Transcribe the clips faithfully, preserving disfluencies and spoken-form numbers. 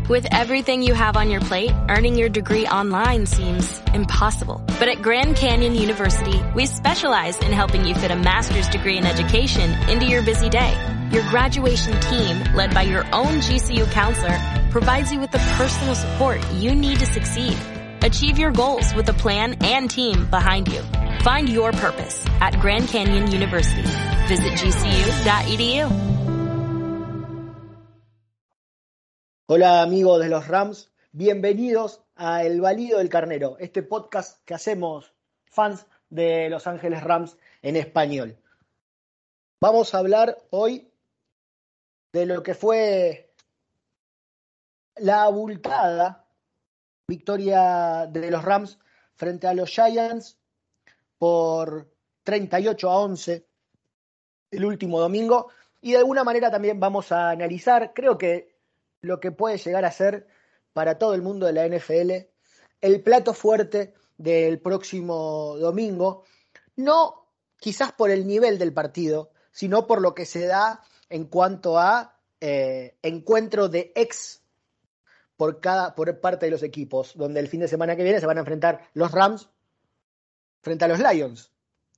With everything you have on your plate, earning your degree online seems impossible. But at Grand Canyon University, we specialize in helping you fit a master's degree in education into your busy day. Your graduation team, led by your own G C U counselor, provides you with the personal support you need to succeed. Achieve your goals with a plan and team behind you. Find your purpose at Grand Canyon University. Visit g c u dot e d u. Hola amigos de los Rams, bienvenidos a El Balido del Carnero, este podcast que hacemos fans de Los Ángeles Rams en español. Vamos a hablar hoy de lo que fue la abultada victoria de los Rams frente a los Giants por treinta y ocho a once el último domingo, y de alguna manera también vamos a analizar, creo que lo que puede llegar a ser para todo el mundo de la N F L el plato fuerte del próximo domingo, no quizás por el nivel del partido, sino por lo que se da en cuanto a eh, encuentro de ex por cada por parte de los equipos, donde el fin de semana que viene se van a enfrentar los Rams frente a los Lions.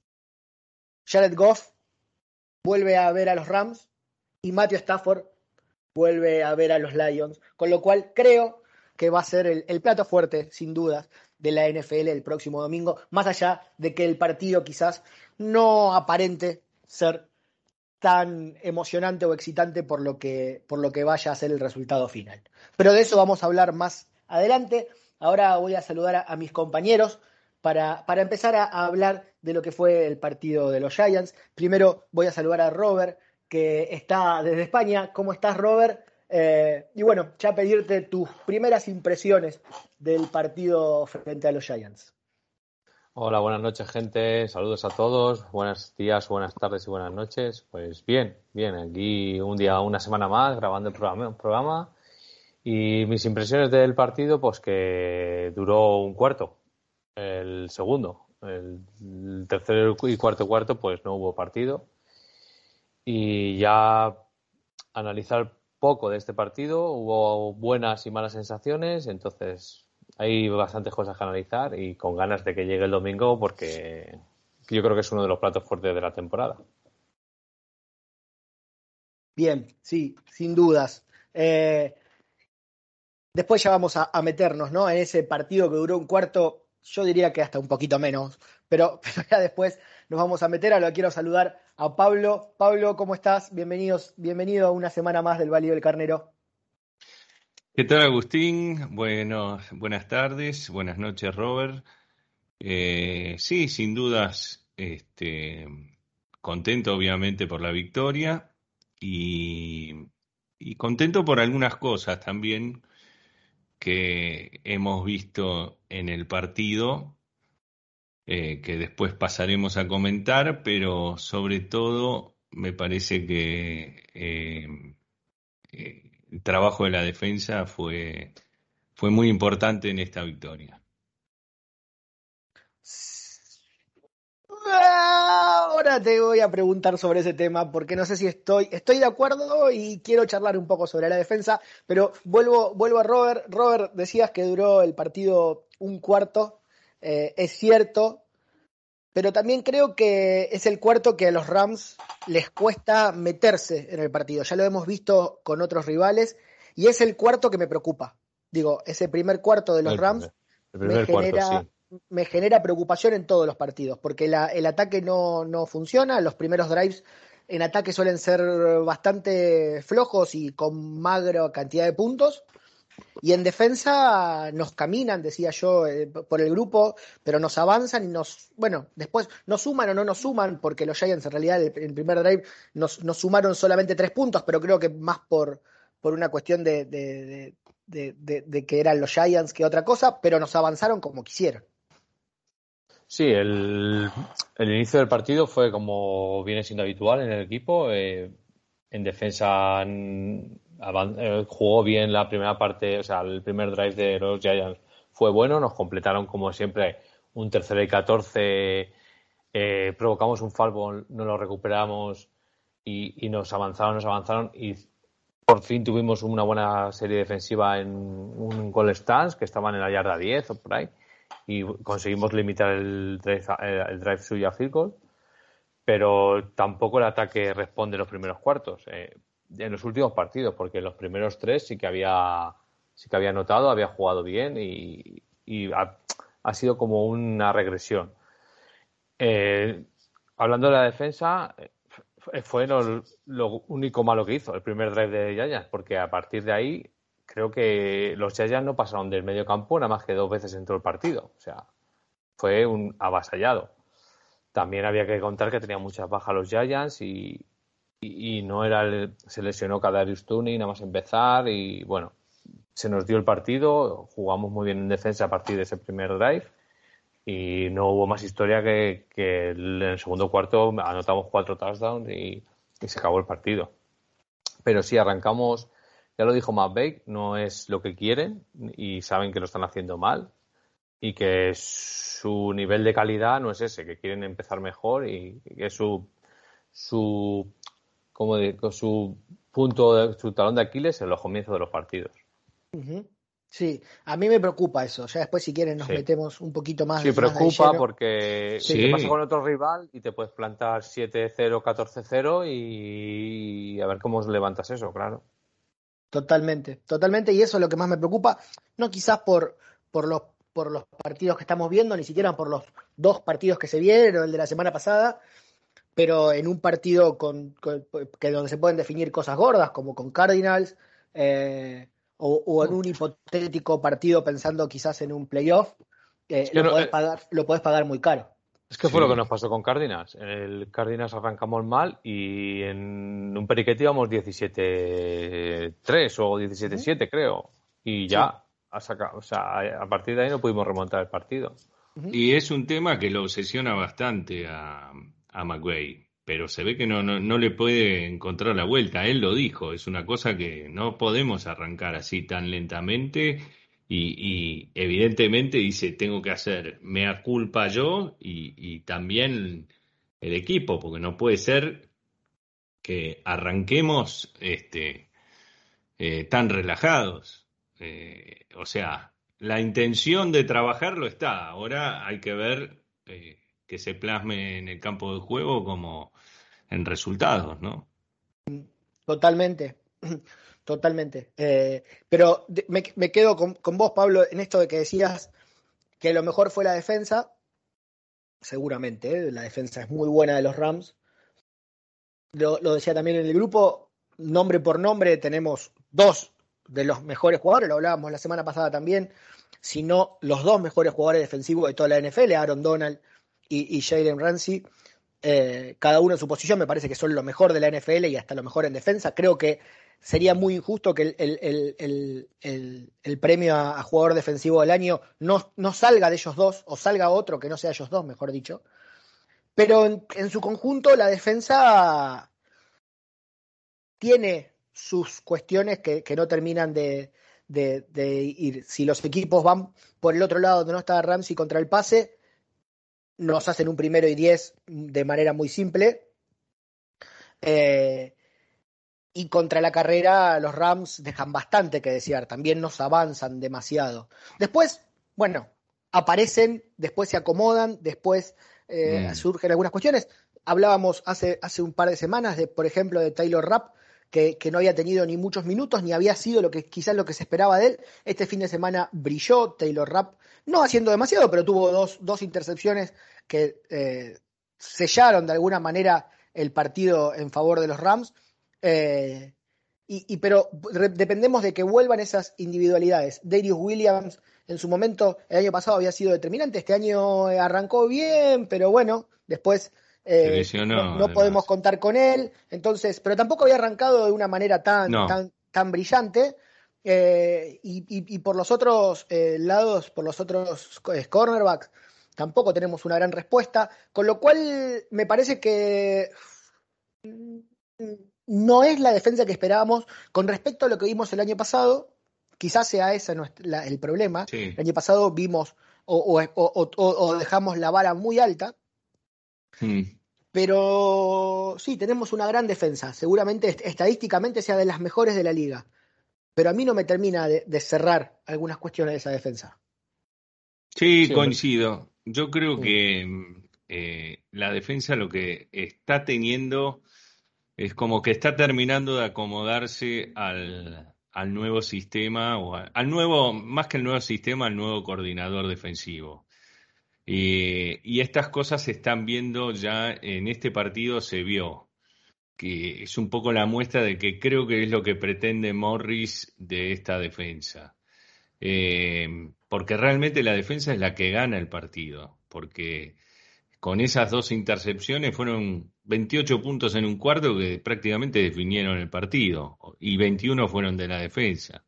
Jared Goff vuelve a ver a los Rams y Matthew Stafford vuelve a ver a los Lions, con lo cual creo que va a ser el, el plato fuerte, sin dudas, de la N F L el próximo domingo, más allá de que el partido quizás no aparente ser tan emocionante o excitante por lo que, por lo que vaya a ser el resultado final. Pero de eso vamos a hablar más adelante. Ahora voy a saludar a, a mis compañeros para, para empezar a, a hablar de lo que fue el partido de los Giants. Primero voy a saludar a Robert, que está desde España. ¿Cómo estás, Robert? Eh, y bueno, ya pedirte tus primeras impresiones del partido frente a los Giants. Hola, buenas noches, gente. Saludos a todos. Buenos días, buenas tardes y buenas noches. Pues bien, bien. Aquí un día, una semana más grabando el programa. programa. Y mis impresiones del partido, pues que duró un cuarto. El segundo. El, el tercero y cuarto cuarto, pues no hubo partido. Y ya analizar poco de este partido, hubo buenas y malas sensaciones, entonces hay bastantes cosas que analizar y con ganas de que llegue el domingo porque yo creo que es uno de los platos fuertes de la temporada. Bien, sí, sin dudas. Eh, después ya vamos a, a meternos, ¿no?, en ese partido que duró un cuarto, yo diría que hasta un poquito menos, pero, pero ya después nos vamos a meter. Ahora quiero saludar a Pablo. Pablo, ¿cómo estás? Bienvenidos, bienvenido a una semana más del Balido del Carnero. ¿Qué tal, Agustín? Bueno, buenas tardes, buenas noches, Robert. Eh, sí, sin dudas, este, contento obviamente por la victoria y, y contento por algunas cosas también que hemos visto en el partido. Eh, que después pasaremos a comentar, pero sobre todo me parece que eh, eh, el trabajo de la defensa fue, fue muy importante en esta victoria. Ahora te voy a preguntar sobre ese tema porque no sé si estoy, estoy de acuerdo y quiero charlar un poco sobre la defensa, pero vuelvo, vuelvo a Robert. Robert, decías que duró el partido un cuarto. Eh, es cierto, pero también creo que es el cuarto que a los Rams les cuesta meterse en el partido. Ya lo hemos visto con otros rivales y es el cuarto que me preocupa. Digo, ese primer cuarto de los El Rams primer, el primer me, genera, cuarto, sí. me genera preocupación en todos los partidos, porque la, el ataque no, no funciona. Los primeros drives en ataque suelen ser bastante flojos y con magra cantidad de puntos. Y en defensa nos caminan, decía yo, eh, por el grupo, pero nos avanzan y nos, bueno, después nos suman o no nos suman, porque los Giants en realidad el, el primer drive nos, nos sumaron solamente tres puntos, pero creo que más por, por una cuestión de, de, de, de, de, de que eran los Giants que otra cosa, pero nos avanzaron como quisieron. Sí, el, el inicio del partido fue como viene siendo habitual en el equipo. Eh, en defensa avan- eh, jugó bien la primera parte, o sea, el primer drive de los Giants fue bueno, nos completaron como siempre un tercero y catorce, eh, provocamos un fumble, no lo recuperamos y, y nos avanzaron, nos avanzaron y por fin tuvimos una buena serie defensiva en un goal stance, que estaban en la yarda diez o por ahí, y conseguimos limitar el drive, el drive suyo a field goal, pero tampoco el ataque responde en los primeros cuartos, eh, en los últimos partidos, porque en los primeros tres sí que había sí que había anotado, había jugado bien y, y ha, ha sido como una regresión. Eh, hablando de la defensa, fue lo, lo único malo que hizo el primer drive de Giants, porque a partir de ahí creo que los Giants no pasaron del medio campo nada más que dos veces en todo el partido. O sea, fue un avasallado. También había que contar que tenía muchas bajas los Giants y, y, y no era el, se lesionó Kadarius Toney nada más empezar y bueno, se nos dio el partido, jugamos muy bien en defensa a partir de ese primer drive y no hubo más historia que, que en el segundo cuarto anotamos cuatro touchdowns y, y se acabó el partido. Pero sí, arrancamos, ya lo dijo Matt Bake, no es lo que quieren y saben que lo están haciendo mal y que su nivel de calidad no es ese, que quieren empezar mejor y que su su como digo, su punto de, su talón de Aquiles en los comienzos de los partidos. Uh-huh. Sí, a mí me preocupa eso. Ya después, si quieren, nos sí. metemos un poquito más. Sí, preocupa más porque sí. te pasa con otro rival y te puedes plantar siete cero, catorce cero y a ver cómo levantas eso, claro. Totalmente, totalmente. Y eso es lo que más me preocupa. No quizás por, por, los, por los partidos que estamos viendo, ni siquiera por los dos partidos que se vieron, el de la semana pasada, pero en un partido con, con, que donde se pueden definir cosas gordas, como con Cardinals, eh, O, o en un hipotético partido pensando quizás en un playoff, eh, es que lo, no, podés eh, pagar, lo podés pagar muy caro. Es que fue sí. lo que nos pasó con Cardinals. En el Cardinals arrancamos mal y en un periquete íbamos diecisiete tres o diecisiete siete, uh-huh. creo. Y ya, sí. a, sacar, o sea, a partir de ahí no pudimos remontar el partido. Uh-huh. Y es un tema que lo obsesiona bastante a, a McVay. Pero se ve que no, no, no le puede encontrar la vuelta. Él lo dijo, es una cosa que no podemos arrancar así tan lentamente y, y evidentemente dice, tengo que hacer mea culpa yo y, y también el equipo, porque no puede ser que arranquemos este, eh, tan relajados. Eh, o sea, la intención de trabajarlo está, ahora hay que ver eh, que se plasme en el campo de juego como en resultados, ¿no? Totalmente, totalmente. Eh, pero me, me quedo con, con vos, Pablo, en esto de que decías que lo mejor fue la defensa. Seguramente, ¿eh? La defensa es muy buena de los Rams. Lo, lo decía también en el grupo, nombre por nombre tenemos dos de los mejores jugadores, lo hablábamos la semana pasada también, si no los dos mejores jugadores defensivos de toda la N F L, Aaron Donald y, y Jalen Ramsey. Eh, cada uno en su posición, me parece que son lo mejor de la N F L y hasta lo mejor en defensa. Creo que sería muy injusto que el, el, el, el, el, el premio a, a jugador defensivo del año no, no salga de ellos dos, o salga otro que no sea ellos dos, mejor dicho. Pero en, en su conjunto la defensa tiene sus cuestiones que, que no terminan de, de, de ir. Si los equipos van por el otro lado donde no está Ramsey contra el pase, nos hacen un primero y diez de manera muy simple. Eh, y contra la carrera los Rams dejan bastante que desear. También nos avanzan demasiado. Después, bueno, aparecen, después se acomodan, después eh, mm. surgen algunas cuestiones. Hablábamos hace, hace un par de semanas, de, por ejemplo, de Taylor Rapp, que, que no había tenido ni muchos minutos, ni había sido lo que quizás lo que se esperaba de él. Este fin de semana brilló Taylor Rapp, no haciendo demasiado, pero tuvo dos, dos intercepciones que eh, sellaron de alguna manera el partido en favor de los Rams. Eh, y, y pero re, dependemos de que vuelvan esas individualidades. Darius Williams en su momento el año pasado había sido determinante, este año arrancó bien, pero bueno, después eh, lesionó, no, no podemos contar con él, entonces, pero tampoco había arrancado de una manera tan, no. tan, tan brillante. Eh, y, y, y por los otros eh, lados, por los otros eh, cornerbacks, tampoco tenemos una gran respuesta, con lo cual me parece que no es la defensa que esperábamos con respecto a lo que vimos el año pasado. Quizás sea ese la, el problema. Sí. El año pasado vimos o, o, o, o, o dejamos la vara muy alta. Mm. Pero sí, tenemos una gran defensa. Seguramente est- estadísticamente sea de las mejores de la liga. Pero a mí no me termina de, de cerrar algunas cuestiones de esa defensa. Sí, Sí, hombre. coincido. Yo creo Mm. que mm, eh, la defensa lo que está teniendo es como que está terminando de acomodarse al, al nuevo sistema, o a- al nuevo, más que el nuevo sistema, al nuevo coordinador defensivo. Y, y estas cosas se están viendo ya en este partido, se vio, que es un poco la muestra de que creo que es lo que pretende Morris de esta defensa. Eh, porque realmente la defensa es la que gana el partido, porque con esas dos intercepciones fueron veintiocho puntos en un cuarto que prácticamente definieron el partido, y veintiuno fueron de la defensa.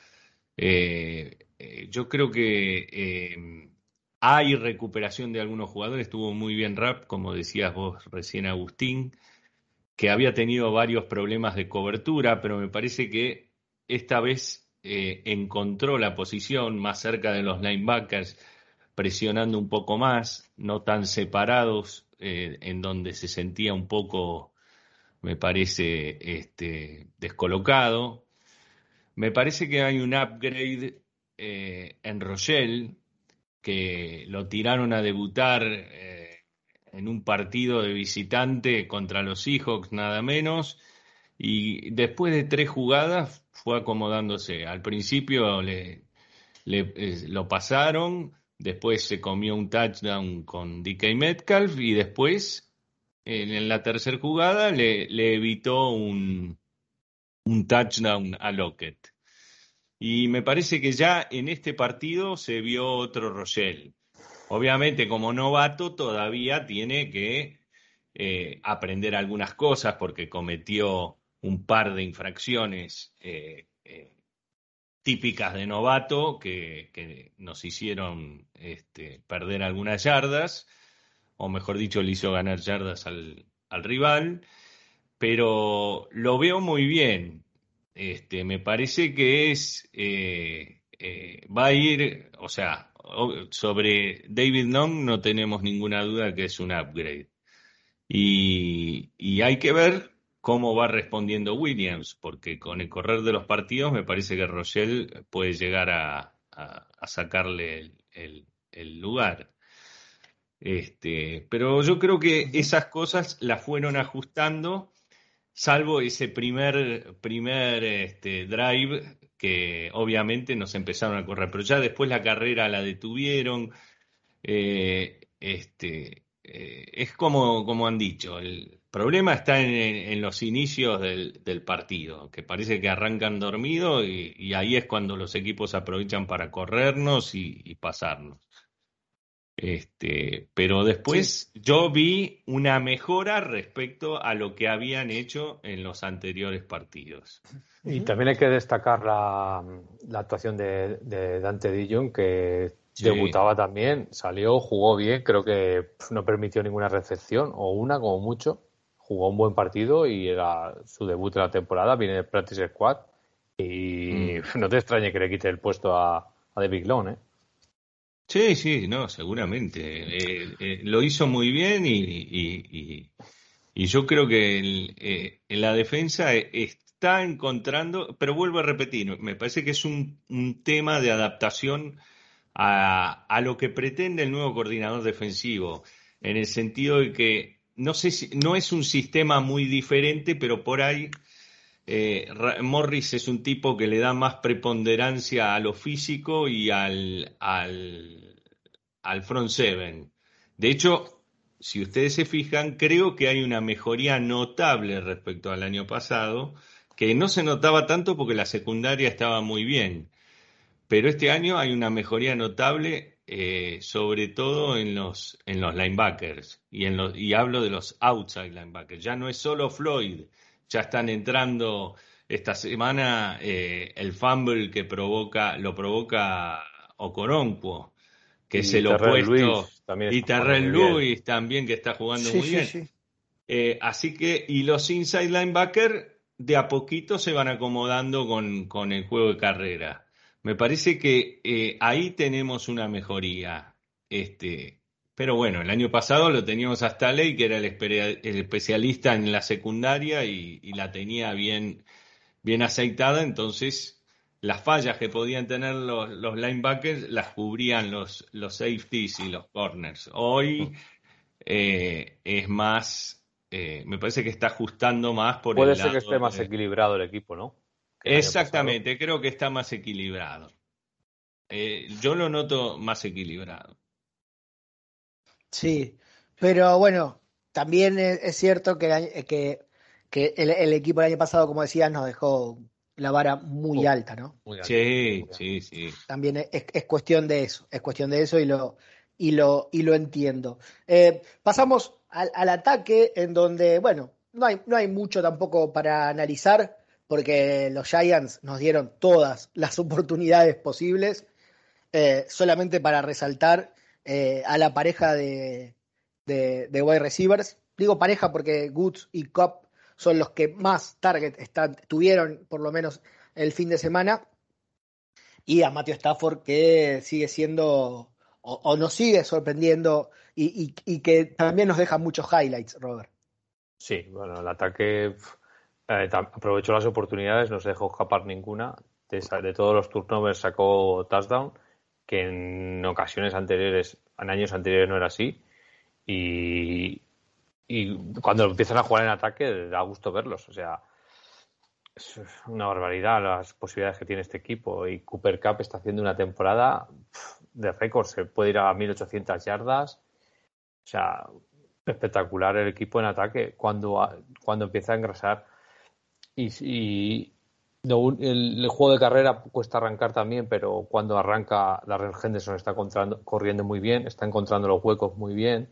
Eh, eh, yo creo que eh, hay recuperación de algunos jugadores, estuvo muy bien Rap, como decías vos recién, Agustín, que había tenido varios problemas de cobertura, pero me parece que esta vez eh, encontró la posición más cerca de los linebackers, presionando un poco más, no tan separados, eh, en donde se sentía un poco, me parece, este, descolocado. Me parece que hay un upgrade eh, en Rochelle, que lo tiraron a debutar eh, en un partido de visitante contra los Seahawks, nada menos, y después de tres jugadas fue acomodándose. Al principio le, le- eh, lo pasaron, después se comió un touchdown con D K Metcalf y después en, en la tercera jugada le, le evitó un, un touchdown a Lockett. Y me parece que ya en este partido se vio otro Rochelle. Obviamente, como novato, todavía tiene que eh, aprender algunas cosas porque cometió un par de infracciones eh, eh, típicas de novato que, que nos hicieron este, perder algunas yardas, o mejor dicho, le hizo ganar yardas al, al rival, pero lo veo muy bien. Este, me parece que es, eh, eh, va a ir, o sea, o- sobre David Long no tenemos ninguna duda que es un upgrade. Y, y hay que ver cómo va respondiendo Williams, porque con el correr de los partidos me parece que Rochelle puede llegar a, a- a sacarle el, el- el lugar. Este, pero yo creo que Ujú. esas cosas las fueron ajustando, salvo ese primer, primer este, drive que obviamente nos empezaron a correr, pero ya después la carrera la detuvieron. Eh, este, eh, es como, como han dicho, el problema está en, en los inicios del, del partido, que parece que arrancan dormidos y, y ahí es cuando los equipos aprovechan para corrernos y, y pasarnos. Este, pero Sí. después yo vi una mejora respecto a lo que habían hecho en los anteriores partidos. Y Ujú. también hay que destacar la, la actuación de, de Dante Dillon, que Sí. debutaba también, salió, jugó bien, creo que pf, no permitió ninguna recepción, o una como mucho. Jugó un buen partido y era su debut de la temporada, viene del Practice Squad. Y Mm. pf, no te extrañe que le quite el puesto a, a David Long, ¿eh? Sí, sí, no, seguramente. Eh, eh, lo hizo muy bien y, y- y- y yo creo que el, eh, en la defensa eh, está encontrando, pero vuelvo a repetir, me parece que es un, un tema de adaptación a, a lo que pretende el nuevo coordinador defensivo, en el sentido de que no sé si, no es un sistema muy diferente, pero por ahí eh, Ra- Morris es un tipo que le da más preponderancia a lo físico y al, al, al front seven. De hecho, si ustedes se fijan, creo que hay una mejoría notable respecto al año pasado, que no se notaba tanto porque la secundaria estaba muy bien. Pero este año hay una mejoría notable, eh, sobre todo en los, en los linebackers. Y, en los, y hablo de los outside linebackers. Ya no es solo Floyd, ya están entrando esta semana eh, el fumble que provoca, lo provoca Okoronkwo, que es Y el Terrell opuesto, Lewis también y está jugando Terrell muy bien. Lewis también, que está jugando Sí, muy sí, bien. sí. Eh, así que, y los inside linebacker de a poquito se van acomodando con, con el juego de carrera. Me parece que eh, ahí tenemos una mejoría. Este, pero bueno, el año pasado lo teníamos a Staley, que era el, espe- el especialista en la secundaria y, y la tenía bien, bien aceitada, entonces las fallas que podían tener los, los linebackers las cubrían los, los safeties y los corners. Hoy eh, es más, eh, me parece que está ajustando más por Puede el ser que esté lado más de... equilibrado el equipo, ¿no? Que el año pasado. Exactamente, creo que está más equilibrado. Eh, yo lo noto más equilibrado. Sí, pero bueno, también es, es cierto que, el año- que, que el, el equipo el año pasado, como decías, nos dejó la vara muy Oh, alta, ¿no? muy alto, Sí, muy alto. sí, sí. También es, es cuestión de eso, es cuestión de eso y lo, y lo, y lo entiendo. Eh, pasamos al, al ataque en donde, bueno, no hay, no hay mucho tampoco para analizar porque los Giants nos dieron todas las oportunidades posibles, eh, solamente para resaltar eh, a la pareja de, de, de wide receivers. Digo pareja porque Goods y Cobb son los que más target están, tuvieron, por lo menos el fin de semana, y a Matthew Stafford que sigue siendo o, o nos sigue sorprendiendo y, y, y que también nos deja muchos highlights, Robert. Sí, bueno, el ataque pf, eh, tam- aprovechó las oportunidades, no se dejó escapar ninguna. De, esa- de todos los turnovers sacó touchdown, que en ocasiones anteriores, en años anteriores no era así. Y, y cuando empiezan a jugar en ataque, da gusto verlos. O sea, es una barbaridad las posibilidades que tiene este equipo. Y Cooper Cup está haciendo una temporada pf, de récord. Se puede ir a mil ochocientas yardas. O sea, espectacular el equipo en ataque cuando, cuando empieza a engrasar. Y, y no, el, el juego de carrera cuesta arrancar también, pero cuando arranca, Darrell Henderson está encontrando, corriendo muy bien, está encontrando los huecos muy bien.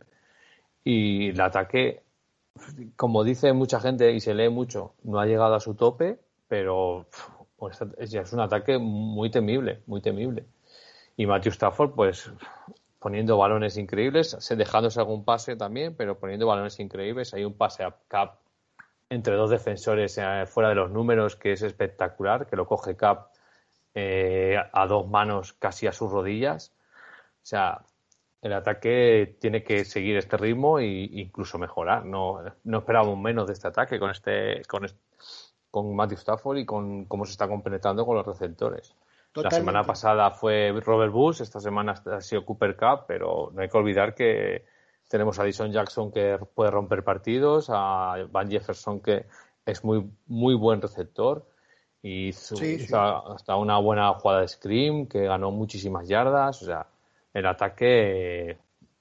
Y el ataque, como dice mucha gente y se lee mucho, no ha llegado a su tope, pero pues, es, es un ataque muy temible, muy temible. Y Matthew Stafford, pues poniendo balones increíbles, dejándose algún pase también, pero poniendo balones increíbles. Hay un pase a Cap entre dos defensores eh, fuera de los números que es espectacular, que lo coge Cap eh, a dos manos casi a sus rodillas. O sea, el ataque tiene que seguir este ritmo e incluso mejorar. No, no esperábamos menos de este ataque con este, con este, con Matthew Stafford y con cómo se está compenetrando con los receptores. La semana Totalmente. pasada fue Robert Woods, esta semana ha sido Cooper Cup, pero no hay que olvidar que tenemos a Addison Jackson que puede romper partidos, a Van Jefferson que es muy muy buen receptor y hizo, Sí, hizo sí. hasta una buena jugada de scream que ganó muchísimas yardas. O sea, el ataque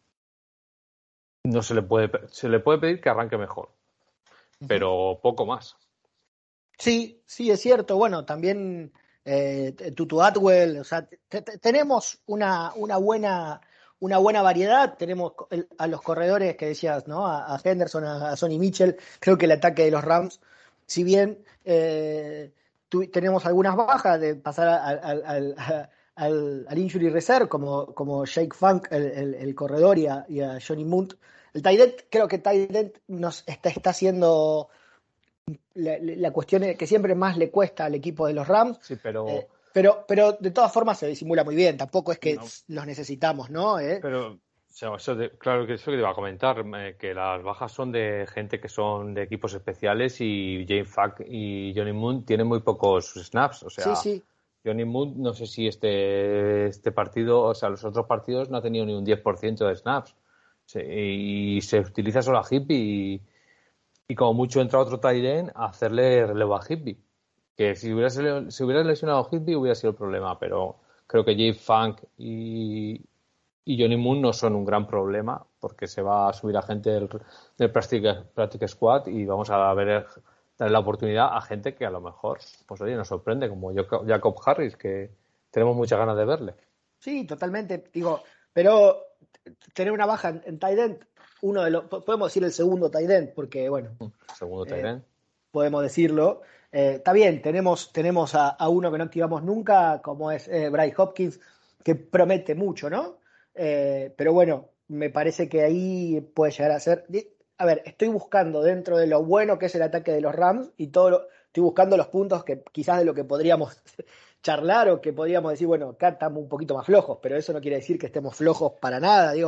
no se le puede se le puede pedir que arranque mejor, Uh-huh. pero poco más. Sí, sí, es cierto. Bueno, también eh, Tutu Atwell, o sea, te- te- tenemos una, una buena una buena variedad. Tenemos el, a los corredores que decías, ¿no? A, a Henderson, a, a Sonny Mitchell. Creo que el ataque de los Rams, si bien eh, tu, tenemos algunas bajas de pasar al, al, al, al, al injury reserve, como, como Jake Funk, el, el, el corredor, y a, y a Johnny Munt. El tight end, creo que tight end nos está, está haciendo la, la cuestión es que siempre más le cuesta al equipo de los Rams, Sí, pero eh, pero, pero de todas formas se disimula muy bien, tampoco es que no, los necesitamos, ¿no? ¿Eh? pero o sea, eso de- claro que eso que te iba a comentar, eh, que las bajas son de gente que son de equipos especiales y Jane Fack y Johnny Moon tienen muy pocos snaps. O Sí, sea, sí, Johnny Moon no sé si este, este partido, o sea, los otros partidos no ha tenido ni un diez por ciento de snaps. Sí, y se utiliza solo a Hippie y, y como mucho entra otro tight end a hacerle relevo a Hippie. Que si hubiera, si hubiera lesionado a Hippie hubiera sido el problema, pero creo que Jay Funk y, y Johnny Moon no son un gran problema porque se va a subir a gente del, del Practice, Practice Squad y vamos a ver darle la oportunidad a gente que a lo mejor, pues oye, nos sorprende, como Jacob Harris, que tenemos muchas ganas de verle. sí, totalmente, digo, pero tener una baja en, en tight end, uno de los, podemos decir el segundo tight end, porque bueno, Segundo tight eh, end. podemos decirlo. Eh, está bien, tenemos, tenemos a, a, uno que no activamos nunca, como es eh, Bryce Hopkins, que promete mucho, ¿no? Eh, pero bueno, me parece que ahí puede llegar a ser. A ver, estoy buscando dentro de lo bueno que es el ataque de los Rams y todo lo, estoy buscando los puntos que quizás de lo que podríamos charlar o que podríamos decir, bueno, acá estamos un poquito más flojos, pero eso no quiere decir que estemos flojos para nada. Digo,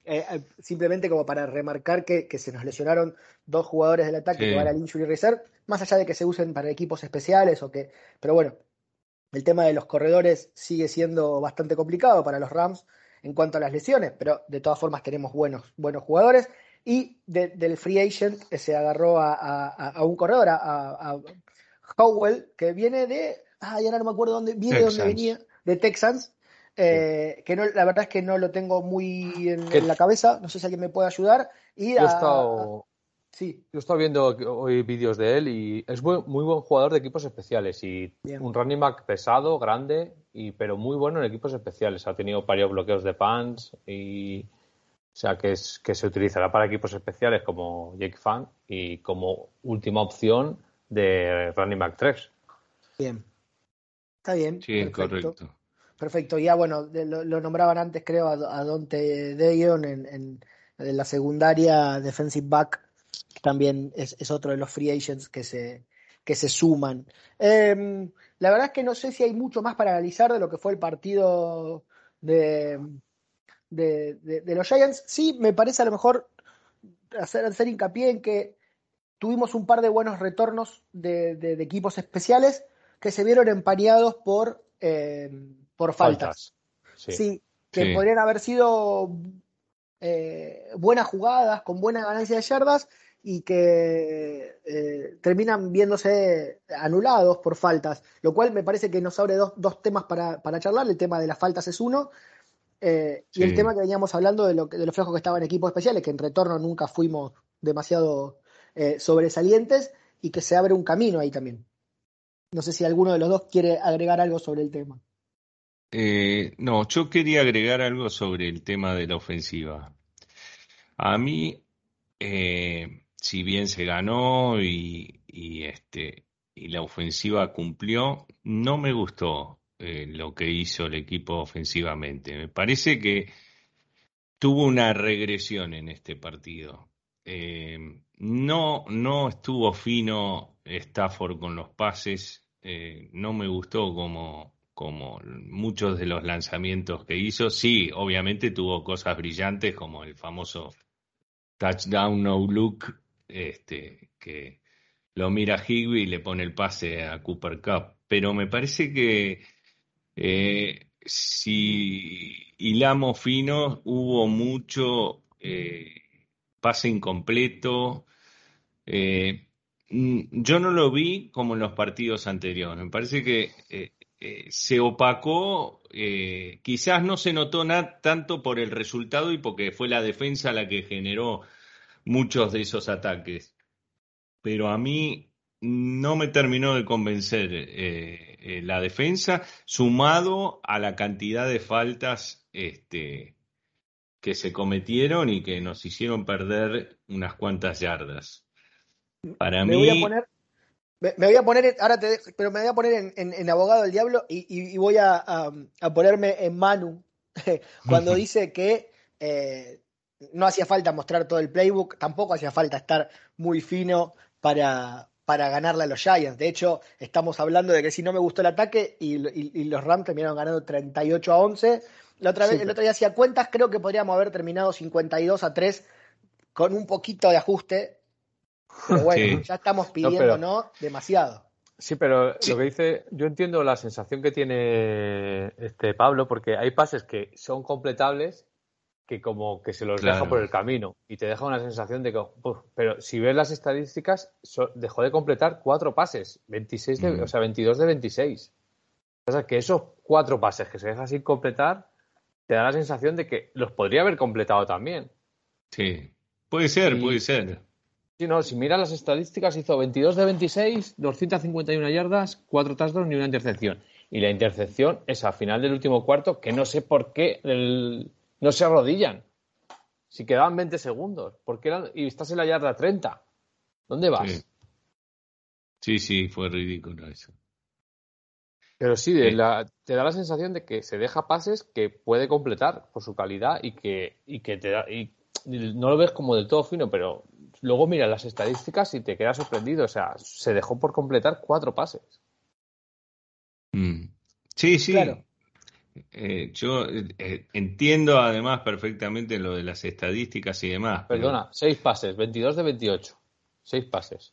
eh, simplemente como para remarcar que, que se nos lesionaron dos jugadores del ataque Sí. que van al injury reserve, más allá de que se usen para equipos especiales o que, pero bueno, el tema de los corredores sigue siendo bastante complicado para los Rams en cuanto a las lesiones, pero de todas formas tenemos buenos, buenos jugadores. Y de, del free agent se agarró a, a, a un corredor, a, a Howell, que viene de, ah, ya no me acuerdo dónde, viene de dónde venía, de Texans, eh, que no, la verdad es que no lo tengo muy en, en la cabeza, no sé si alguien me puede ayudar. Y Yo he a, estado, a, sí. yo he estado viendo hoy vídeos de él y es muy, muy buen jugador de equipos especiales y Bien. un running back pesado, grande, y pero muy bueno en equipos especiales. Ha tenido varios bloqueos de punts y o sea que es que se utilizará para equipos especiales como Jake Fan y como última opción de running back tres. Bien. Está bien. Sí, es perfecto. correcto. Perfecto. Ya bueno, lo, lo nombraban antes, creo, a, a Dante Dayon en, en, en la secundaria, defensive back, que también es, es otro de los free agents que se, que se suman. Eh, la verdad es que no sé si hay mucho más para analizar de lo que fue el partido de, de, de, de los Giants. Sí, me parece a lo mejor hacer, hacer hincapié en que tuvimos un par de buenos retornos de, de, de equipos especiales que se vieron empañados por, eh, por faltas. Faltas. Sí. Sí, que Sí. podrían haber sido eh, buenas jugadas, con buena ganancia de yardas, y que eh, terminan viéndose anulados por faltas, lo cual me parece que nos abre dos, dos temas para, para charlar. El tema de las faltas es uno, eh, y Sí. el tema que veníamos hablando de lo, de lo flojos que estaban equipos especiales, que en retorno nunca fuimos demasiado eh, sobresalientes, y que se abre un camino ahí también. No sé si alguno de los dos quiere agregar algo sobre el tema. Eh, no, yo quería agregar algo sobre el tema de la ofensiva. A mí, eh, si bien se ganó y, y, este, y la ofensiva cumplió, no me gustó eh, lo que hizo el equipo ofensivamente. Me parece que tuvo una regresión en este partido. Eh, no, no estuvo fino Stafford con los pases. Eh, no me gustó como, como muchos de los lanzamientos que hizo. Sí, obviamente tuvo cosas brillantes como el famoso touchdown no look, este, que lo mira Higbee y le pone el pase a Cooper Kupp. Pero me parece que eh, si hilamos fino, hubo mucho eh, pase incompleto. Eh, mm, yo no lo vi como en los partidos anteriores. Me parece que eh, eh, se opacó. Eh, quizás no se notó nada tanto por el resultado y porque fue la defensa la que generó muchos de esos ataques. Pero a mí no me terminó de convencer eh, eh, la defensa, sumado a la cantidad de faltas este, que se cometieron y que nos hicieron perder unas cuantas yardas. Para Me voy a mí, poner, me, me voy a poner, en- ahora te, dejo- pero me voy a poner en, en- en abogado del diablo, y, y- y voy a, a- a ponerme en Manu cuando dice que eh, no hacía falta mostrar todo el playbook, tampoco hacía falta estar muy fino para, para ganarle a los Giants. De hecho, estamos hablando de que si no me gustó el ataque, y, y- y los Rams terminaron ganando treinta y ocho a once. La otra vez, Sí, el otro día hacía cuentas, creo que podríamos haber terminado cincuenta y dos a tres con un poquito de ajuste, pero bueno, sí, ya estamos no, pero pidiéndonos demasiado. sí, pero lo sí, que dice, yo entiendo la sensación que tiene este Pablo, porque hay pases que son completables que como que se los deja por claro. el camino y te deja una sensación de que, uf, pero si ves las estadísticas, so- dejó de completar cuatro pases, veintiséis de, o Mm, sea, veintidós de veintiséis. O sea, que esos cuatro pases que se deja sin completar, te da la sensación de que los podría haber completado también. sí, puede ser, puede Y ser. si no, si miras las estadísticas, hizo veintidós de veintiséis, doscientas cincuenta y una yardas, cuatro touchdowns y una intercepción. Y la intercepción es al final del último cuarto, que no sé por qué el- no se arrodillan. Si quedaban veinte segundos, ¿por qué eran- y estás en la yarda treinta? ¿Dónde Sí, vas? sí, sí, fue ridículo eso. Pero sí, de Eh, la- te da la sensación de que se deja pases que puede completar por su calidad y que, y que te da, y no lo ves como del todo fino, pero luego miras las estadísticas y te quedas sorprendido. O sea, se dejó por completar cuatro pases. mm. Sí, Claro. sí. Eh, yo eh, entiendo además perfectamente lo de las estadísticas y demás, Perdona, pero, seis pases, veintidós de veintiocho. Seis pases.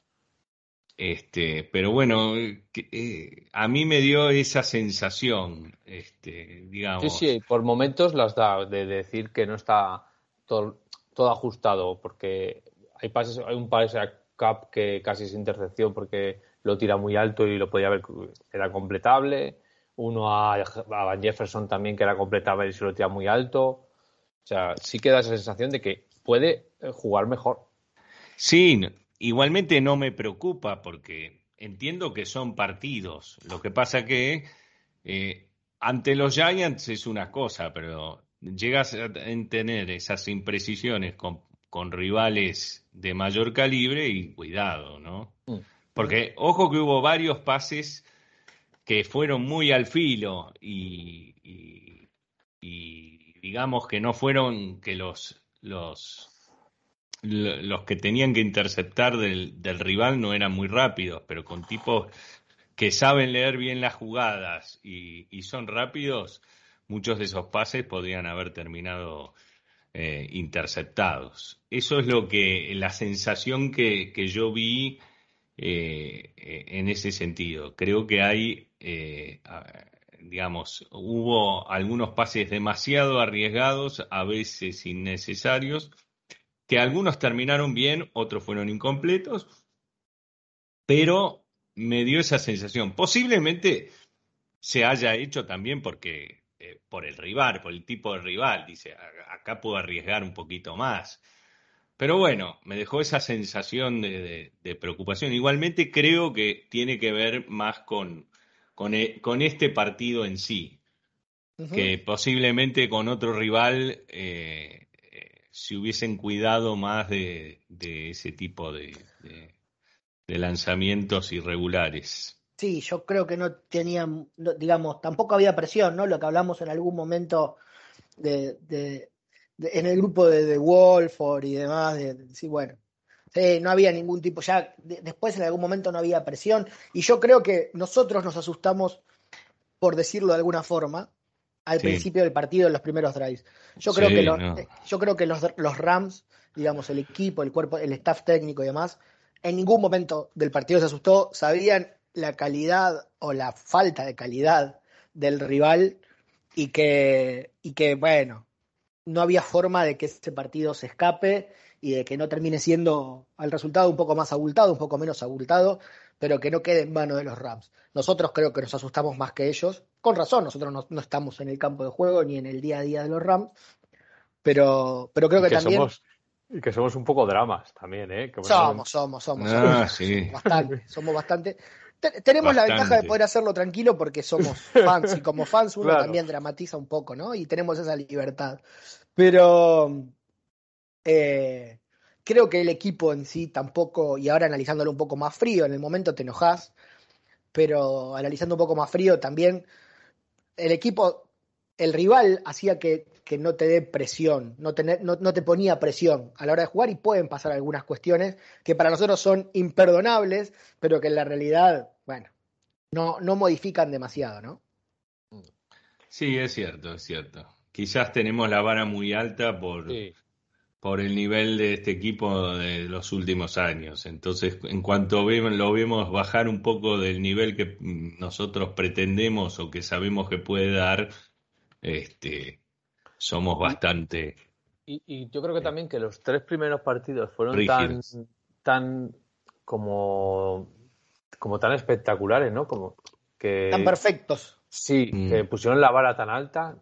este, pero bueno, eh, que, eh, a mí me dio esa sensación, este, Sí, digamos. sí, por momentos las da de decir que no está todo, todo ajustado, porque hay pases, hay un pase a Cup que casi es intercepción porque lo tira muy alto y lo podía haber, era completable. Uno a, a Van Jefferson también que era completable y se lo tira muy alto. O sea, sí que da esa sensación de que puede eh, jugar mejor. Sí, n- igualmente no me preocupa porque entiendo que son partidos. Lo que pasa que eh, ante los Giants es una cosa, pero llegas a en tener esas imprecisiones con, con rivales de mayor calibre y cuidado, ¿no? Mm. ¿Mm? Porque ojo que hubo varios pases que fueron muy al filo y, y- y digamos que no fueron que los, los lo- los que tenían que interceptar del, del rival no eran muy rápidos, pero con tipos que saben leer bien las jugadas y, y son rápidos, muchos de esos pases podrían haber terminado eh, interceptados. Eso es lo que, la sensación que, que yo vi eh, eh, en ese sentido. Creo que hay, eh, a- digamos, hubo algunos pases demasiado arriesgados, a veces innecesarios que algunos terminaron bien, otros fueron incompletos, pero me dio esa sensación. Posiblemente se haya hecho también porque eh, por el rival, por el tipo de rival, dice, "A- acá puedo arriesgar un poquito más". Pero bueno, me dejó esa sensación de, de- de preocupación. Igualmente creo que tiene que ver más con, con, e- con este partido en sí, Ujú. que posiblemente con otro rival eh, eh, se hubiesen cuidado más de, de ese tipo de, de- de lanzamientos irregulares. Sí, yo creo que no tenían, no- digamos, tampoco había presión, ¿no? Lo que hablamos en algún momento de, de- de- en el grupo de, de Wolford y demás, de, de decir, bueno, sí, no había ningún tipo, ya de- después en algún momento no había presión, y yo creo que nosotros nos asustamos, por decirlo de alguna forma, al Sí, principio del partido en los primeros drives. Yo creo que sí, los, no. eh, yo creo que los, los Rams, digamos, el equipo, el cuerpo, el staff técnico y demás, en ningún momento del partido se asustó, sabían la calidad o la falta de calidad del rival y que, y que bueno, no había forma de que ese partido se escape y de que no termine siendo al resultado un poco más abultado, un poco menos abultado, pero que no quede en manos de los Rams. Nosotros creo que nos asustamos más que ellos, con razón, nosotros no, no estamos en el campo de juego ni en el día a día de los Rams, pero, pero creo Y que que también somos, y que somos un poco dramas también, ¿eh? Que no- somos, somos, somos, somos, Ah, somos, somos sí, bastante, somos bastante. Te- Tenemos la ventaja de bastante. poder hacerlo tranquilo porque somos fans y como fans uno Claro. también dramatiza un poco, ¿no? Y tenemos esa libertad. Pero Eh, creo que el equipo en sí tampoco, y ahora analizándolo un poco más frío, en el momento te enojás, pero analizando un poco más frío también, el equipo, el rival hacía que, que no te dé presión, no, tener, no, no te ponía presión a la hora de jugar y pueden pasar algunas cuestiones que para nosotros son imperdonables, pero que en la realidad, bueno, no, no modifican demasiado, ¿no? Sí, es cierto, es cierto. Quizás tenemos la vara muy alta por, Sí. por el nivel de este equipo de los últimos años. Entonces, en cuanto vemos, lo vemos bajar un poco del nivel que mm, nosotros pretendemos o que sabemos que puede dar, este, somos Y, bastante y, y yo creo que eh, también que los tres primeros partidos fueron tan, rígidos. tan como, como tan espectaculares, ¿no? Como Tan que perfectos. sí, que Mm. pusieron la vara tan alta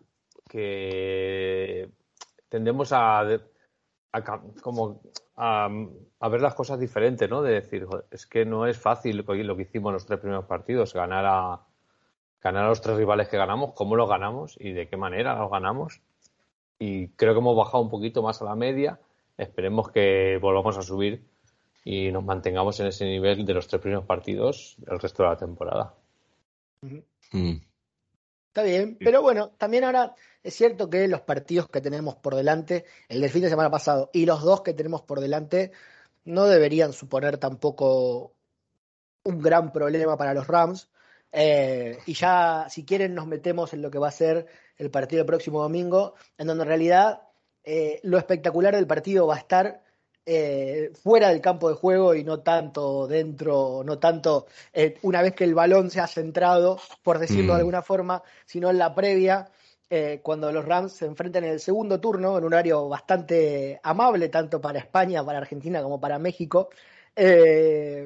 que tendemos a, a ca- como a, a ver las cosas diferentes, ¿no? De decir, "Joder, es que no es fácil lo que lo que hicimos en los tres primeros partidos, ganar a ganar a los tres rivales que ganamos, cómo los ganamos y de qué manera los ganamos. Y creo que hemos bajado un poquito más a la media. Esperemos que volvamos a subir y nos mantengamos en ese nivel de los tres primeros partidos el resto de la temporada. Mm. Está bien, pero bueno, también ahora es cierto que los partidos que tenemos por delante, el del fin de semana pasado y los dos que tenemos por delante, no deberían suponer tampoco un gran problema para los Rams. Eh, y ya, si quieren, nos metemos en lo que va a ser el partido del próximo domingo, en donde en realidad eh, lo espectacular del partido va a estar eh, fuera del campo de juego y no tanto dentro, no tanto eh, una vez que el balón se ha centrado, por decirlo Mm, de alguna forma, sino en la previa, eh, cuando los Rams se enfrentan en el segundo turno, en un horario bastante amable, tanto para España, para Argentina como para México. Eh,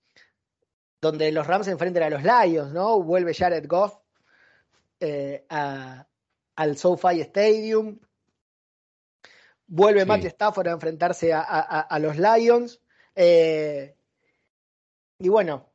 donde los Rams se enfrentan a los Lions, ¿no? Vuelve Jared Goff eh, a, al SoFi Stadium, vuelve Matthew sí, Stafford a enfrentarse a, a, a los Lions, eh, y bueno,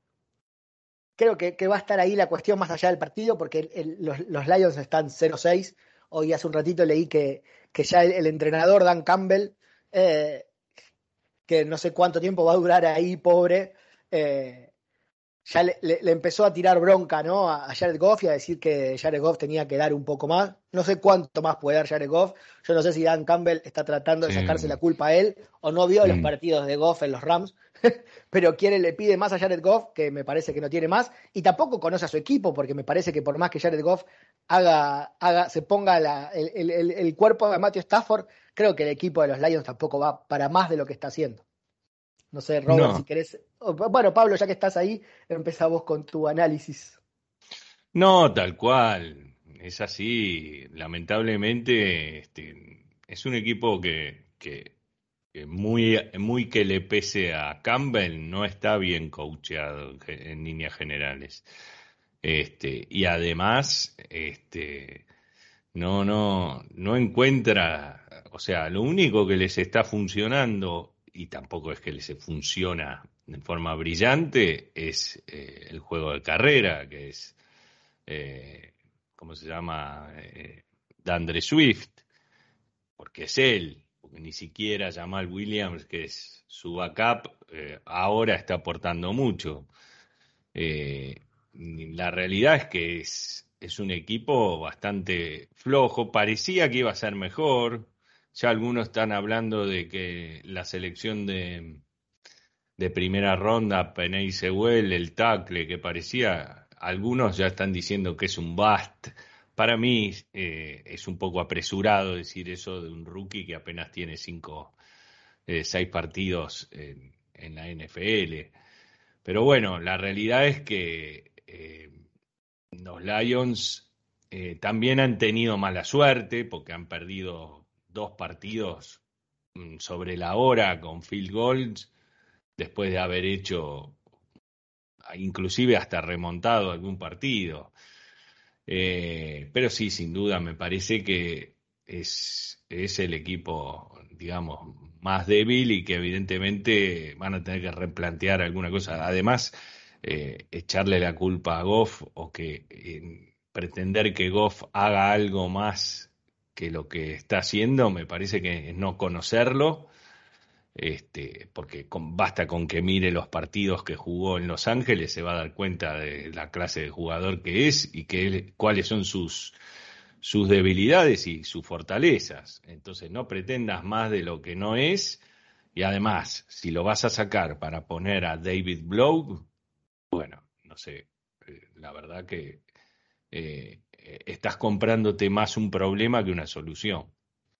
creo que, que, va a estar ahí la cuestión más allá del partido, porque el, el, los, los Lions están cero seis, hoy hace un ratito leí que, que ya el, el entrenador Dan Campbell, eh, que no sé cuánto tiempo va a durar ahí, pobre, eh, ya le, le, le empezó a tirar bronca, ¿no? a, a Jared Goff y a decir que Jared Goff tenía que dar un poco más. No sé cuánto más puede dar Jared Goff. Yo no sé si Dan Campbell está tratando de sacarse la sí. culpa a él o no vio los Mm. partidos de Goff en los Rams, pero quiere, le pide más a Jared Goff, que me parece que no tiene más, y tampoco conoce a su equipo, porque me parece que por más que Jared Goff haga, haga se ponga la, el, el, el cuerpo de Matthew Stafford, creo que el equipo de los Lions tampoco va para más de lo que está haciendo. No sé, Robert, si No, querés. Bueno, Pablo, ya que estás ahí, empezá vos con tu análisis. no, tal cual. Es así. Lamentablemente, este, es un equipo que, que, que muy, muy que le pese a Campbell, no está bien coacheado en, ge- en líneas generales. Este, y además, este, no, no, no encuentra, o sea, lo único que les está funcionando, y tampoco es que les funciona de forma brillante, es eh, el juego de carrera, que es eh, ¿cómo se llama? Eh, DeAndre Swift, porque es él, porque ni siquiera Jamal Williams, que es su backup, eh, ahora está aportando mucho. Eh, la realidad es que es, es un equipo bastante flojo, parecía que iba a ser mejor, ya algunos están hablando de que la selección de de primera ronda, Penei Sewell, el tackle que parecía, algunos ya están diciendo que es un bust. Para mí eh, es un poco apresurado decir eso de un rookie que apenas tiene cinco, eh, seis partidos en, en la N F L. Pero bueno, la realidad es que eh, los Lions eh, también han tenido mala suerte porque han perdido dos partidos mm, sobre la hora con field goals después de haber hecho inclusive hasta remontado algún partido. Eh, pero sí, sin duda, me parece que es, es el equipo, digamos, más débil y que evidentemente van a tener que replantear alguna cosa. Además, eh, echarle la culpa a Goff o que eh, pretender que Goff haga algo más que lo que está haciendo, me parece que es no conocerlo este, porque con- basta con que mire los partidos que jugó en Los Ángeles, se va a dar cuenta de la clase de jugador que es y que él- cuáles son sus, sus debilidades y sus fortalezas. Entonces no pretendas más de lo que no es y además, si lo vas a sacar para poner a David Blow, bueno, no sé, eh, la verdad que eh, eh, estás comprándote más un problema que una solución.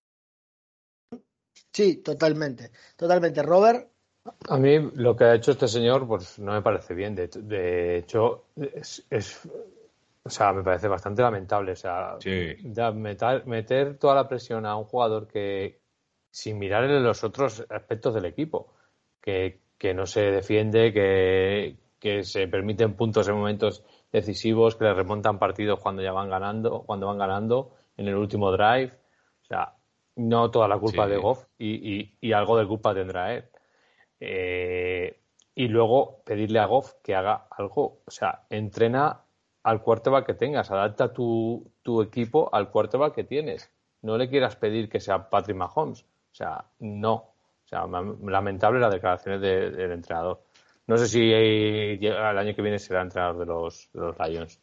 Sí, totalmente. Totalmente. Robert. A mí lo que ha hecho este señor pues no me parece bien. De, de hecho, es, es- o sea, me parece bastante lamentable. O sea, Sí, da- meter, meter toda la presión a un jugador que, sin mirar en los otros aspectos del equipo, que, que no se defiende, que, que se permiten puntos en momentos decisivos, que le remontan partidos cuando ya van ganando, cuando van ganando en el último drive. O sea, no toda la culpa de sí, Goff y, y, y algo de culpa tendrá él. Eh, y luego pedirle a Goff que haga algo. O sea, entrena al quarterback que tengas, adapta tu, tu equipo al quarterback que tienes. No le quieras pedir que sea Patrick Mahomes. O sea, no. O sea, lamentable las declaraciones de, del entrenador. No sé si eh, llega el año que viene será entrenador de los, de los Lions.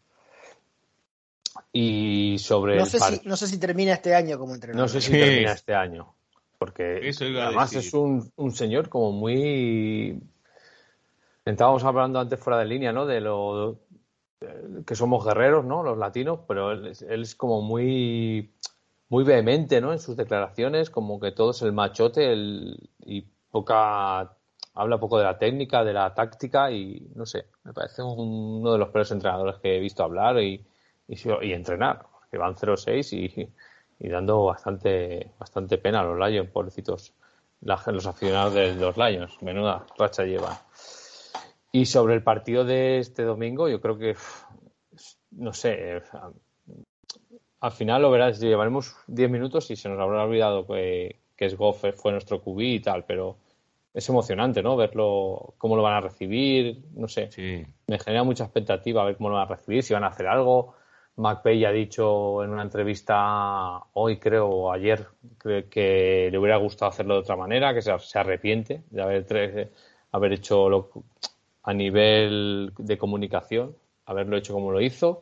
Y sobre No el sé si, par no sé si termina este año como no entrenador. sé si ¿Eh? termina sí, este año. Porque eso iba a además es decir. un, un señor como muy. Estábamos hablando antes fuera de línea, ¿no? De lo que somos guerreros, ¿no? Los latinos, pero él, él es como muy, muy vehemente, ¿no? En sus declaraciones, como que todo es el machote el, y poca, habla poco de la técnica, de la táctica y no sé, me parece un, uno de los peores entrenadores que he visto hablar y, y, y entrenar, que van cero seis y, y dando bastante, bastante pena a los Lions, pobrecitos, la, los aficionados de los Lions, menuda racha llevan. Y sobre el partido de este domingo, yo creo que, no sé, al final lo verás, llevaremos diez minutos y se nos habrá olvidado que, que es Goff, fue nuestro Q B y tal, pero es emocionante, ¿no? Verlo, cómo lo van a recibir, no sé. Sí. Me genera mucha expectativa a ver cómo lo van a recibir, si van a hacer algo. McVay ha dicho en una entrevista hoy, creo, o ayer, que, que le hubiera gustado hacerlo de otra manera, que se, se arrepiente de haber, de haber hecho lo, a nivel de comunicación, haberlo hecho como lo hizo.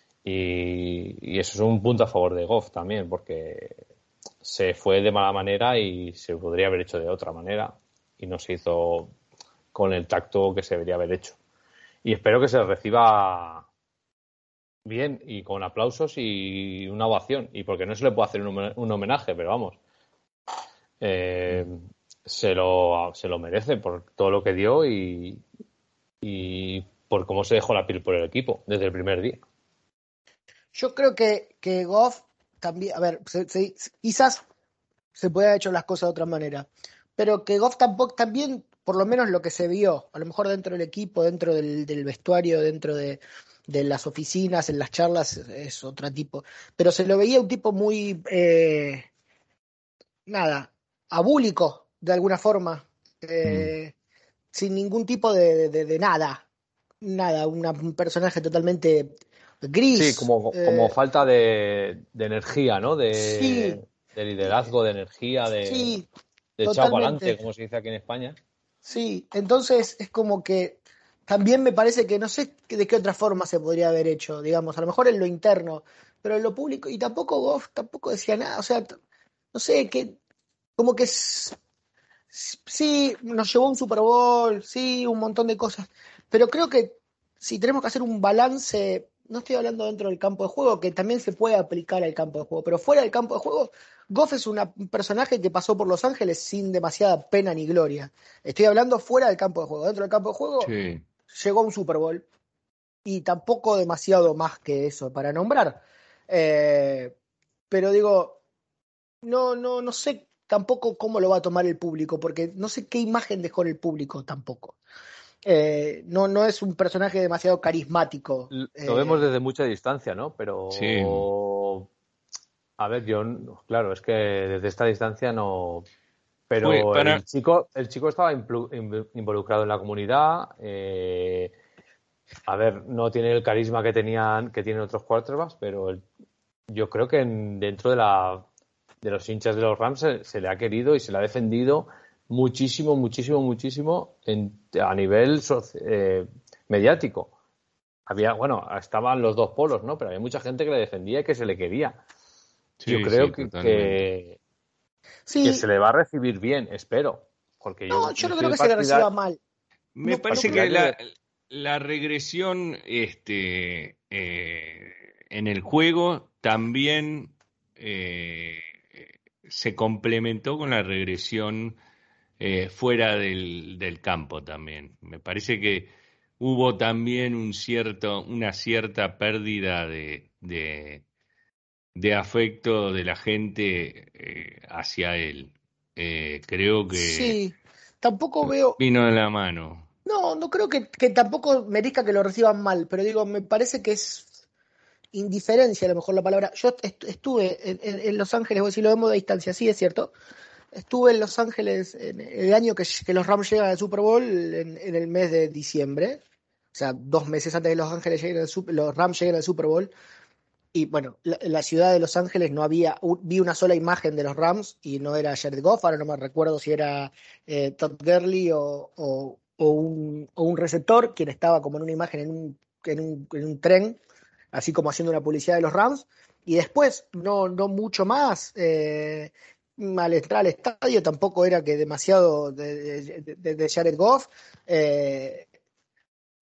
Y, y eso es un punto a favor de Goff también, porque se fue de mala manera y se podría haber hecho de otra manera y no se hizo con el tacto que se debería haber hecho. Y espero que se reciba bien y con aplausos y una ovación. Y porque no se le puede hacer un homenaje, pero vamos, eh, se lo, se lo merece por todo lo que dio y, y por cómo se dejó la piel por el equipo desde el primer día. Yo creo que, que Goff también, a ver, se, se, quizás se puede haber hecho las cosas de otra manera, pero que Goff tampoco, también, por lo menos lo que se vio, a lo mejor dentro del equipo, dentro del, del vestuario, dentro de, de las oficinas, en las charlas, es, es otro tipo, pero se lo veía un tipo muy, eh, nada, abúlico, de alguna forma, eh, mm. sin ningún tipo de, de, de nada, nada, una, un personaje totalmente gris. Sí, como, eh, como falta de, de energía, ¿no? De, sí, de liderazgo, de energía, de, sí, de echado para adelante, como se dice aquí en España. Sí, entonces es como que también me parece que no sé de qué otra forma se podría haber hecho, digamos, a lo mejor en lo interno, pero en lo público, y tampoco Goff tampoco decía nada, o sea, no sé, que como que sí, nos llevó a un Super Bowl, sí, un montón de cosas, pero creo que si tenemos que hacer un balance, no estoy hablando dentro del campo de juego, que también se puede aplicar al campo de juego, pero fuera del campo de juego, Goff es una, un personaje que pasó por Los Ángeles sin demasiada pena ni gloria. Estoy hablando fuera del campo de juego. Dentro del campo de juego sí. Llegó a un Super Bowl y tampoco demasiado más que eso para nombrar. Eh, pero digo, no, no, no sé tampoco cómo lo va a tomar el público, porque no sé qué imagen dejó en el público tampoco. Eh, no, no es un personaje demasiado carismático. Lo eh, vemos desde mucha distancia, ¿no? Pero, sí. a ver, yo, claro, es que desde esta distancia no... Pero Fue para... el chico el chico estaba involucrado en la comunidad. Eh, a ver, no tiene el carisma que tenían que tienen otros quarterbacks, pero el, yo creo que en, dentro de la de los hinchas de los Rams se, se le ha querido y se le ha defendido muchísimo, muchísimo, muchísimo en, a nivel eh, mediático. Había, bueno, estaban los dos polos, ¿no? Pero había mucha gente que le defendía y que se le quería. Sí, yo creo sí, que, que, sí. que se le va a recibir bien, espero. Porque no, yo, yo no creo que se le reciba mal. Me no, parece no que la, la regresión este, eh, en el juego también eh, se complementó con la regresión eh, fuera del, del campo también. Me parece que hubo también un cierto, una cierta pérdida de, de, de afecto de la gente eh, hacia él. Eh, creo que sí, tampoco veo... vino de la mano. No, no creo que, que tampoco merezca que lo reciban mal, pero digo, me parece que es indiferencia a lo mejor la palabra. Yo est- estuve en, en, en Los Ángeles, vos si lo vemos de distancia, sí es cierto. Estuve en Los Ángeles en el año que, que los Rams llegan al Super Bowl, en, en el mes de diciembre. O sea, dos meses antes de que Los Ángeles lleguen al, los Rams lleguen al Super Bowl. Y bueno, la, la ciudad de Los Ángeles no había, vi una sola imagen de los Rams y no era Jared Goff, ahora no me recuerdo si era eh, Todd Gurley o, o, o, un, o un receptor, quien estaba como en una imagen en un, en un, en un tren, así como haciendo una publicidad de los Rams. Y después, no, no mucho más, eh, al entrar al estadio tampoco era que demasiado de, de, de, de Jared Goff. Eh,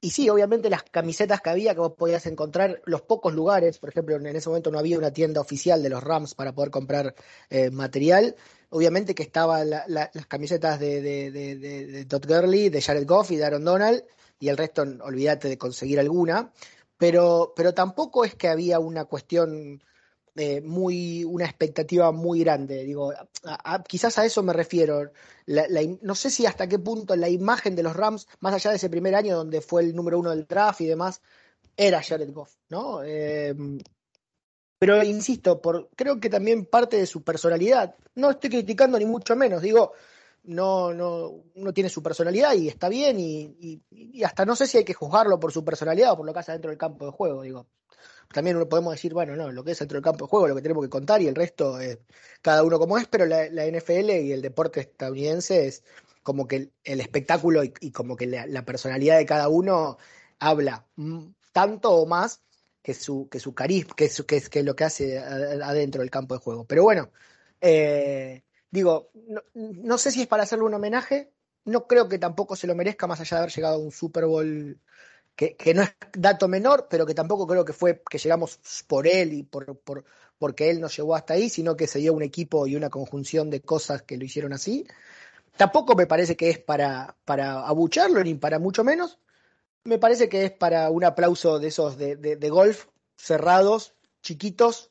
y sí, obviamente las camisetas que había que vos podías encontrar, los pocos lugares, por ejemplo, en ese momento no había una tienda oficial de los Rams para poder comprar eh, material. Obviamente que estaban la, la, las camisetas de, de, de, de, de Todd Gurley, de Jared Goff y de Aaron Donald, y el resto, olvídate de conseguir alguna. Pero, pero tampoco es que había una cuestión eh, muy, una expectativa muy grande. Digo, a, a, quizás a eso me refiero. La, la, no sé si hasta qué punto la imagen de los Rams, más allá de ese primer año donde fue el número uno del draft y demás, era Jared Goff, ¿no? Eh, pero insisto, por, creo que también parte de su personalidad. No estoy criticando ni mucho menos, digo, no, no, no tiene su personalidad y está bien, y, y, y hasta no sé si hay que juzgarlo por su personalidad o por lo que hace dentro del campo de juego, digo. También podemos decir, bueno, no, lo que es dentro del campo de juego, lo que tenemos que contar, y el resto es cada uno como es, pero la, la N F L y el deporte estadounidense es como que el, el espectáculo y, y como que la, la personalidad de cada uno habla mm, tanto o más que su, que su carisma, que, su, que, es, que es lo que hace adentro del campo de juego. Pero bueno, eh, digo, no, no sé si es para hacerle un homenaje, no creo que tampoco se lo merezca, más allá de haber llegado a un Super Bowl. Que, que no es dato menor, pero que tampoco creo que fue que llegamos por él y por, por porque él nos llevó hasta ahí, sino que se dio un equipo y una conjunción de cosas que lo hicieron así. Tampoco me parece que es para, para abucharlo, ni para mucho menos. Me parece que es para un aplauso de esos de, de, de golf, cerrados, chiquitos,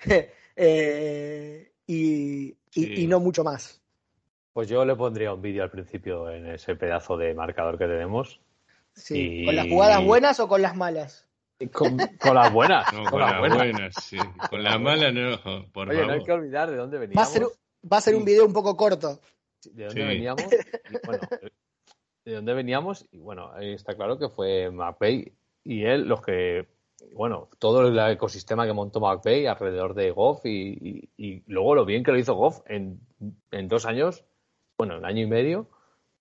eh, y, sí. y, y no mucho más. Pues yo le pondría un vídeo al principio en ese pedazo de marcador que tenemos. Sí, y... ¿Con las jugadas buenas o con las malas? Con, con las buenas. No, con, con las las buenas, buenas, sí. Con las malas no, por Oye, favor. no hay que olvidar de dónde veníamos. Va a ser, va a ser un video un poco corto. De dónde sí. veníamos. Y, bueno, de dónde veníamos. Y bueno, ahí está claro que fue McVay y él los que. Bueno, todo el ecosistema que montó McVay alrededor de Goff y, y, y luego lo bien que lo hizo Goff en, en dos años, bueno, en año y medio.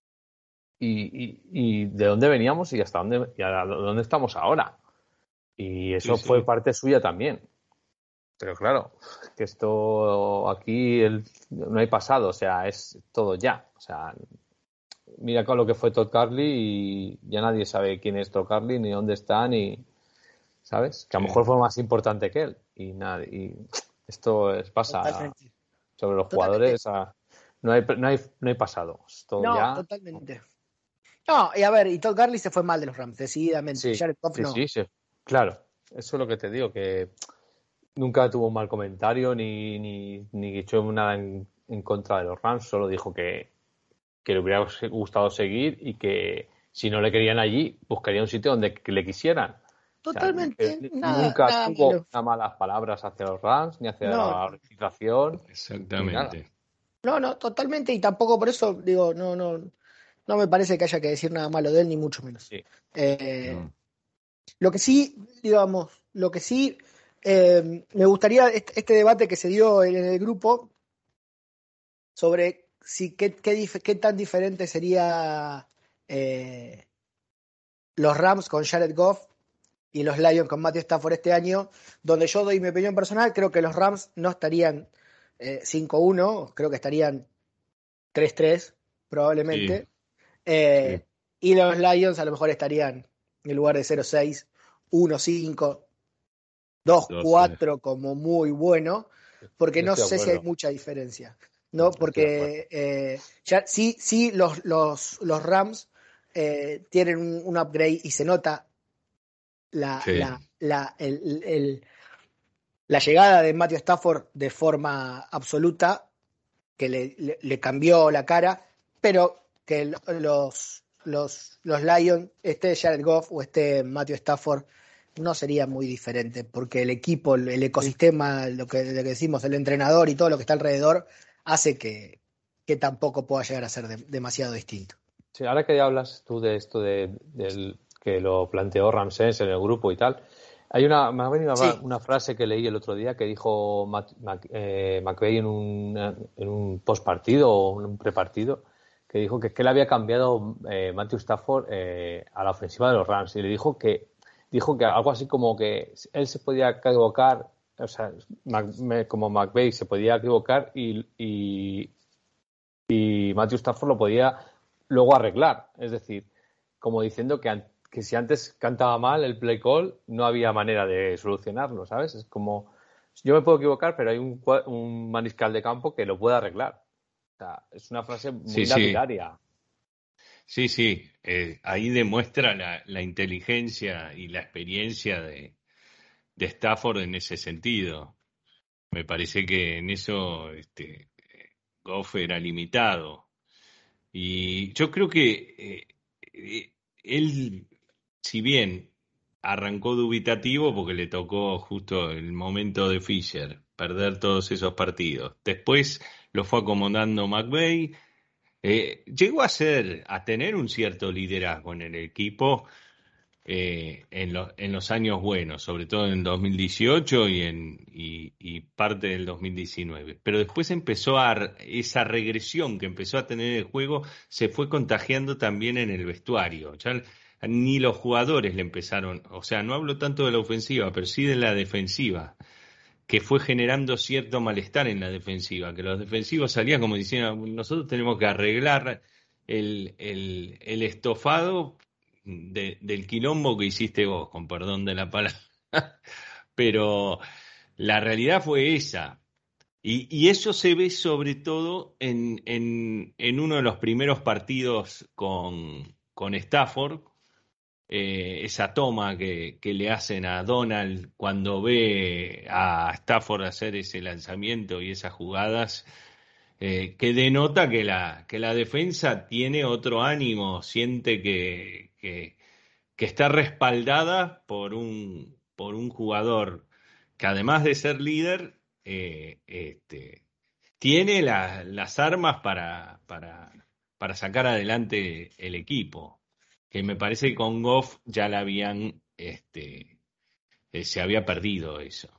Y, y, y de dónde veníamos y hasta dónde y a dónde estamos ahora. Y eso sí, fue sí. parte suya también. Pero claro, que esto aquí el, no hay pasado, o sea, es todo ya. O sea, mira con lo que fue Todd Gurley y ya nadie sabe quién es Todd Gurley, ni dónde está, ni... ¿Sabes? Que a lo sí. mejor fue más importante que él. Y nada, y esto es, pasa totalmente. Sobre los totalmente. jugadores. A, no, hay, no, hay, no hay pasado. Es todo no, ya. Totalmente. No, y a ver, y Todd Gurley se fue mal de los Rams, decididamente. Sí, Jared Goff sí, no. sí, sí, claro. Eso es lo que te digo, que nunca tuvo un mal comentario ni, ni, ni echó nada en, en contra de los Rams, solo dijo que, que le hubiera gustado seguir y que si no le querían allí, buscaría un sitio donde le quisieran. Totalmente. O sea, nada, nunca nada tuvo malo. unas malas palabras hacia los Rams, ni hacia no. la organización. Exactamente. No, no, totalmente, y tampoco por eso, digo, no, no, no me parece que haya que decir nada malo de él, ni mucho menos. Sí. Eh, no. Lo que sí, digamos, lo que sí, eh, me gustaría este, este debate que se dio en el grupo sobre si qué, qué, dif- qué tan diferente sería eh, los Rams con Jared Goff y los Lions con Matthew Stafford este año, donde yo doy mi opinión personal, creo que los Rams no estarían eh, cinco uno, creo que estarían tres tres probablemente, Sí. eh, Sí. y los Lions a lo mejor estarían en lugar de cero seis, uno cinco, dos cuatro como muy bueno, porque no sé si hay mucha diferencia, ¿no? Porque eh, ya sí, sí los, los, los Rams eh, tienen un, un upgrade y se nota la, Sí. la, la, el, el, la llegada de Matthew Stafford de forma absoluta, que le, le, le cambió la cara, pero que los, los, los Lions, este Jared Goff o este Matthew Stafford, no sería muy diferente, porque el equipo, el ecosistema, lo que, lo que decimos, el entrenador y todo lo que está alrededor, hace que, que tampoco pueda llegar a ser de, demasiado distinto. Sí, ahora que ya hablas tú de esto de, del que lo planteó Ramsés en el grupo y tal, hay una, me ha venido Sí. una frase que leí el otro día que dijo Mac, Mac, eh, McVay en un, en un postpartido o en un prepartido, que dijo que, que él había cambiado eh, Matthew Stafford eh, a la ofensiva de los Rams, y le dijo que dijo que algo así como que él se podía equivocar, o sea, Mac, como McVay se podía equivocar y, y, y Matthew Stafford lo podía luego arreglar, es decir, como diciendo que, que si antes cantaba mal el play call, no había manera de solucionarlo, ¿sabes? Es como, yo me puedo equivocar, pero hay un, un mariscal de campo que lo puede arreglar. O sea, es una frase muy Sí, sí. lapidaria. Sí, sí, eh, ahí demuestra la, la inteligencia y la experiencia de, de Stafford en ese sentido. Me parece que en eso este, Goff era limitado. Y yo creo que eh, eh, él, si bien arrancó dubitativo porque le tocó justo el momento de Fisher, perder todos esos partidos, después lo fue acomodando McVay. Eh, llegó a ser, a tener un cierto liderazgo en el equipo eh, en, lo- en los años buenos, sobre todo en dos mil dieciocho y, en, y, y parte del dos mil diecinueve. Pero después empezó a, esa regresión que empezó a tener el juego, se fue contagiando también en el vestuario. Ya ni los jugadores le empezaron, o sea, no hablo tanto de la ofensiva, pero sí de la defensiva, que fue generando cierto malestar en la defensiva, que los defensivos salían como diciendo, nosotros tenemos que arreglar el, el, el estofado de- del quilombo que hiciste vos, con perdón de la palabra. Pero la realidad fue esa. Y, y eso se ve sobre todo en, en, en uno de los primeros partidos con, con Stafford, eh, esa toma que, que le hacen a Donald cuando ve a Stafford hacer ese lanzamiento y esas jugadas, eh, que denota que la, que la defensa tiene otro ánimo, siente que, que, que está respaldada por un, por un jugador que además de ser líder, eh, este, tiene la- las armas para, para, para sacar adelante el equipo. Que me parece que con Goff ya la habían, este, eh, se había perdido eso.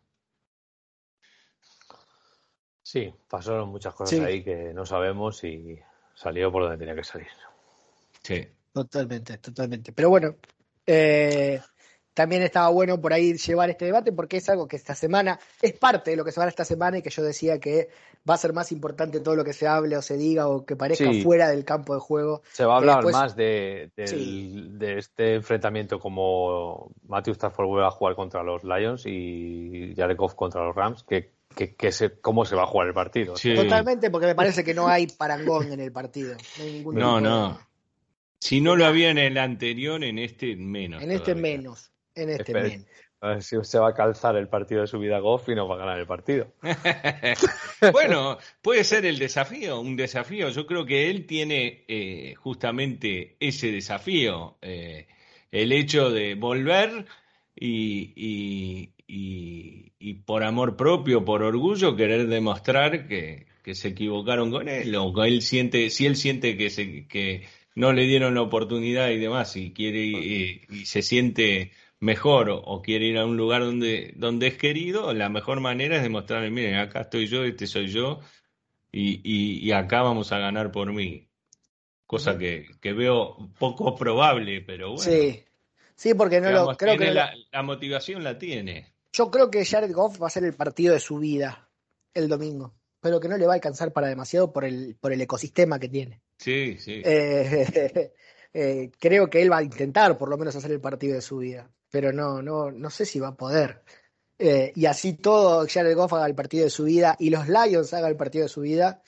Sí, pasaron muchas cosas Sí, ahí que no sabemos y salió por donde tenía que salir. Sí. totalmente, totalmente. Pero bueno, eh, también estaba bueno por ahí llevar este debate porque es algo que esta semana es parte de lo que se va a dar esta semana y que yo decía que va a ser más importante todo lo que se hable o se diga o que parezca Sí, fuera del campo de juego, se va a que hablar después, más de, sí, del- de este enfrentamiento como Matthew Stafford vuelve a jugar contra los Lions y Jared Goff contra los Rams, que, que, que se, cómo se va a jugar el partido. O sea, Sí. totalmente porque me parece que no hay parangón en el partido, no hay ningún no, No, tipo no. de, Si de no lo había nada. en el anterior, en este menos En este todavía. menos, en este espere, menos. a ver si se va a calzar el partido de su vida Goff y no va a ganar el partido. Bueno, puede ser el desafío, un desafío. Yo creo que él tiene eh, justamente ese desafío, eh, el hecho de volver y, y- y- y por amor propio, por orgullo, querer demostrar que, que se equivocaron con él, o que él siente, si él siente que, se, que no le dieron la oportunidad y demás, y quiere y, y se siente mejor o, o quiere ir a un lugar donde, donde es querido, la mejor manera es demostrarle, miren, acá estoy yo, este soy yo, y, y, y acá vamos a ganar por mí. Cosa Ujú. que, que veo poco probable, pero bueno, Sí, sí, porque no lo, digamos, creo que tiene no lo, la, la motivación la tiene. yo creo que Jared Goff va a ser el partido de su vida el domingo, pero que no le va a alcanzar para demasiado por el, por el ecosistema que tiene. Sí, sí. Eh, eh, creo que él va a intentar por lo menos hacer el partido de su vida, pero no, no, no sé si va a poder. Eh, y así todo, Jared Goff haga el partido de su vida y los Lions hagan el partido de su vida,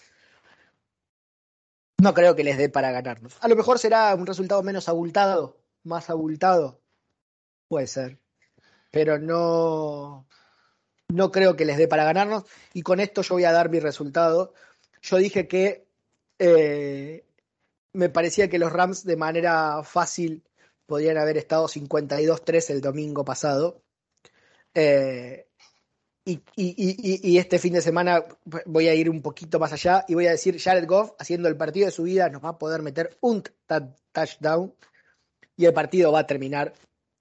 no creo que les dé para ganarnos. A lo mejor será un resultado menos abultado, más abultado, puede ser, pero no, no creo que les dé para ganarnos. Y con esto yo voy a dar mi resultado. Yo dije que eh, me parecía que los Rams de manera fácil podían haber estado cincuenta y dos tres el domingo pasado. Eh, y, y, y, y, este fin de semana voy a ir un poquito más allá y voy a decir Jared Goff haciendo el partido de su vida nos va a poder meter un touchdown y el partido va a terminar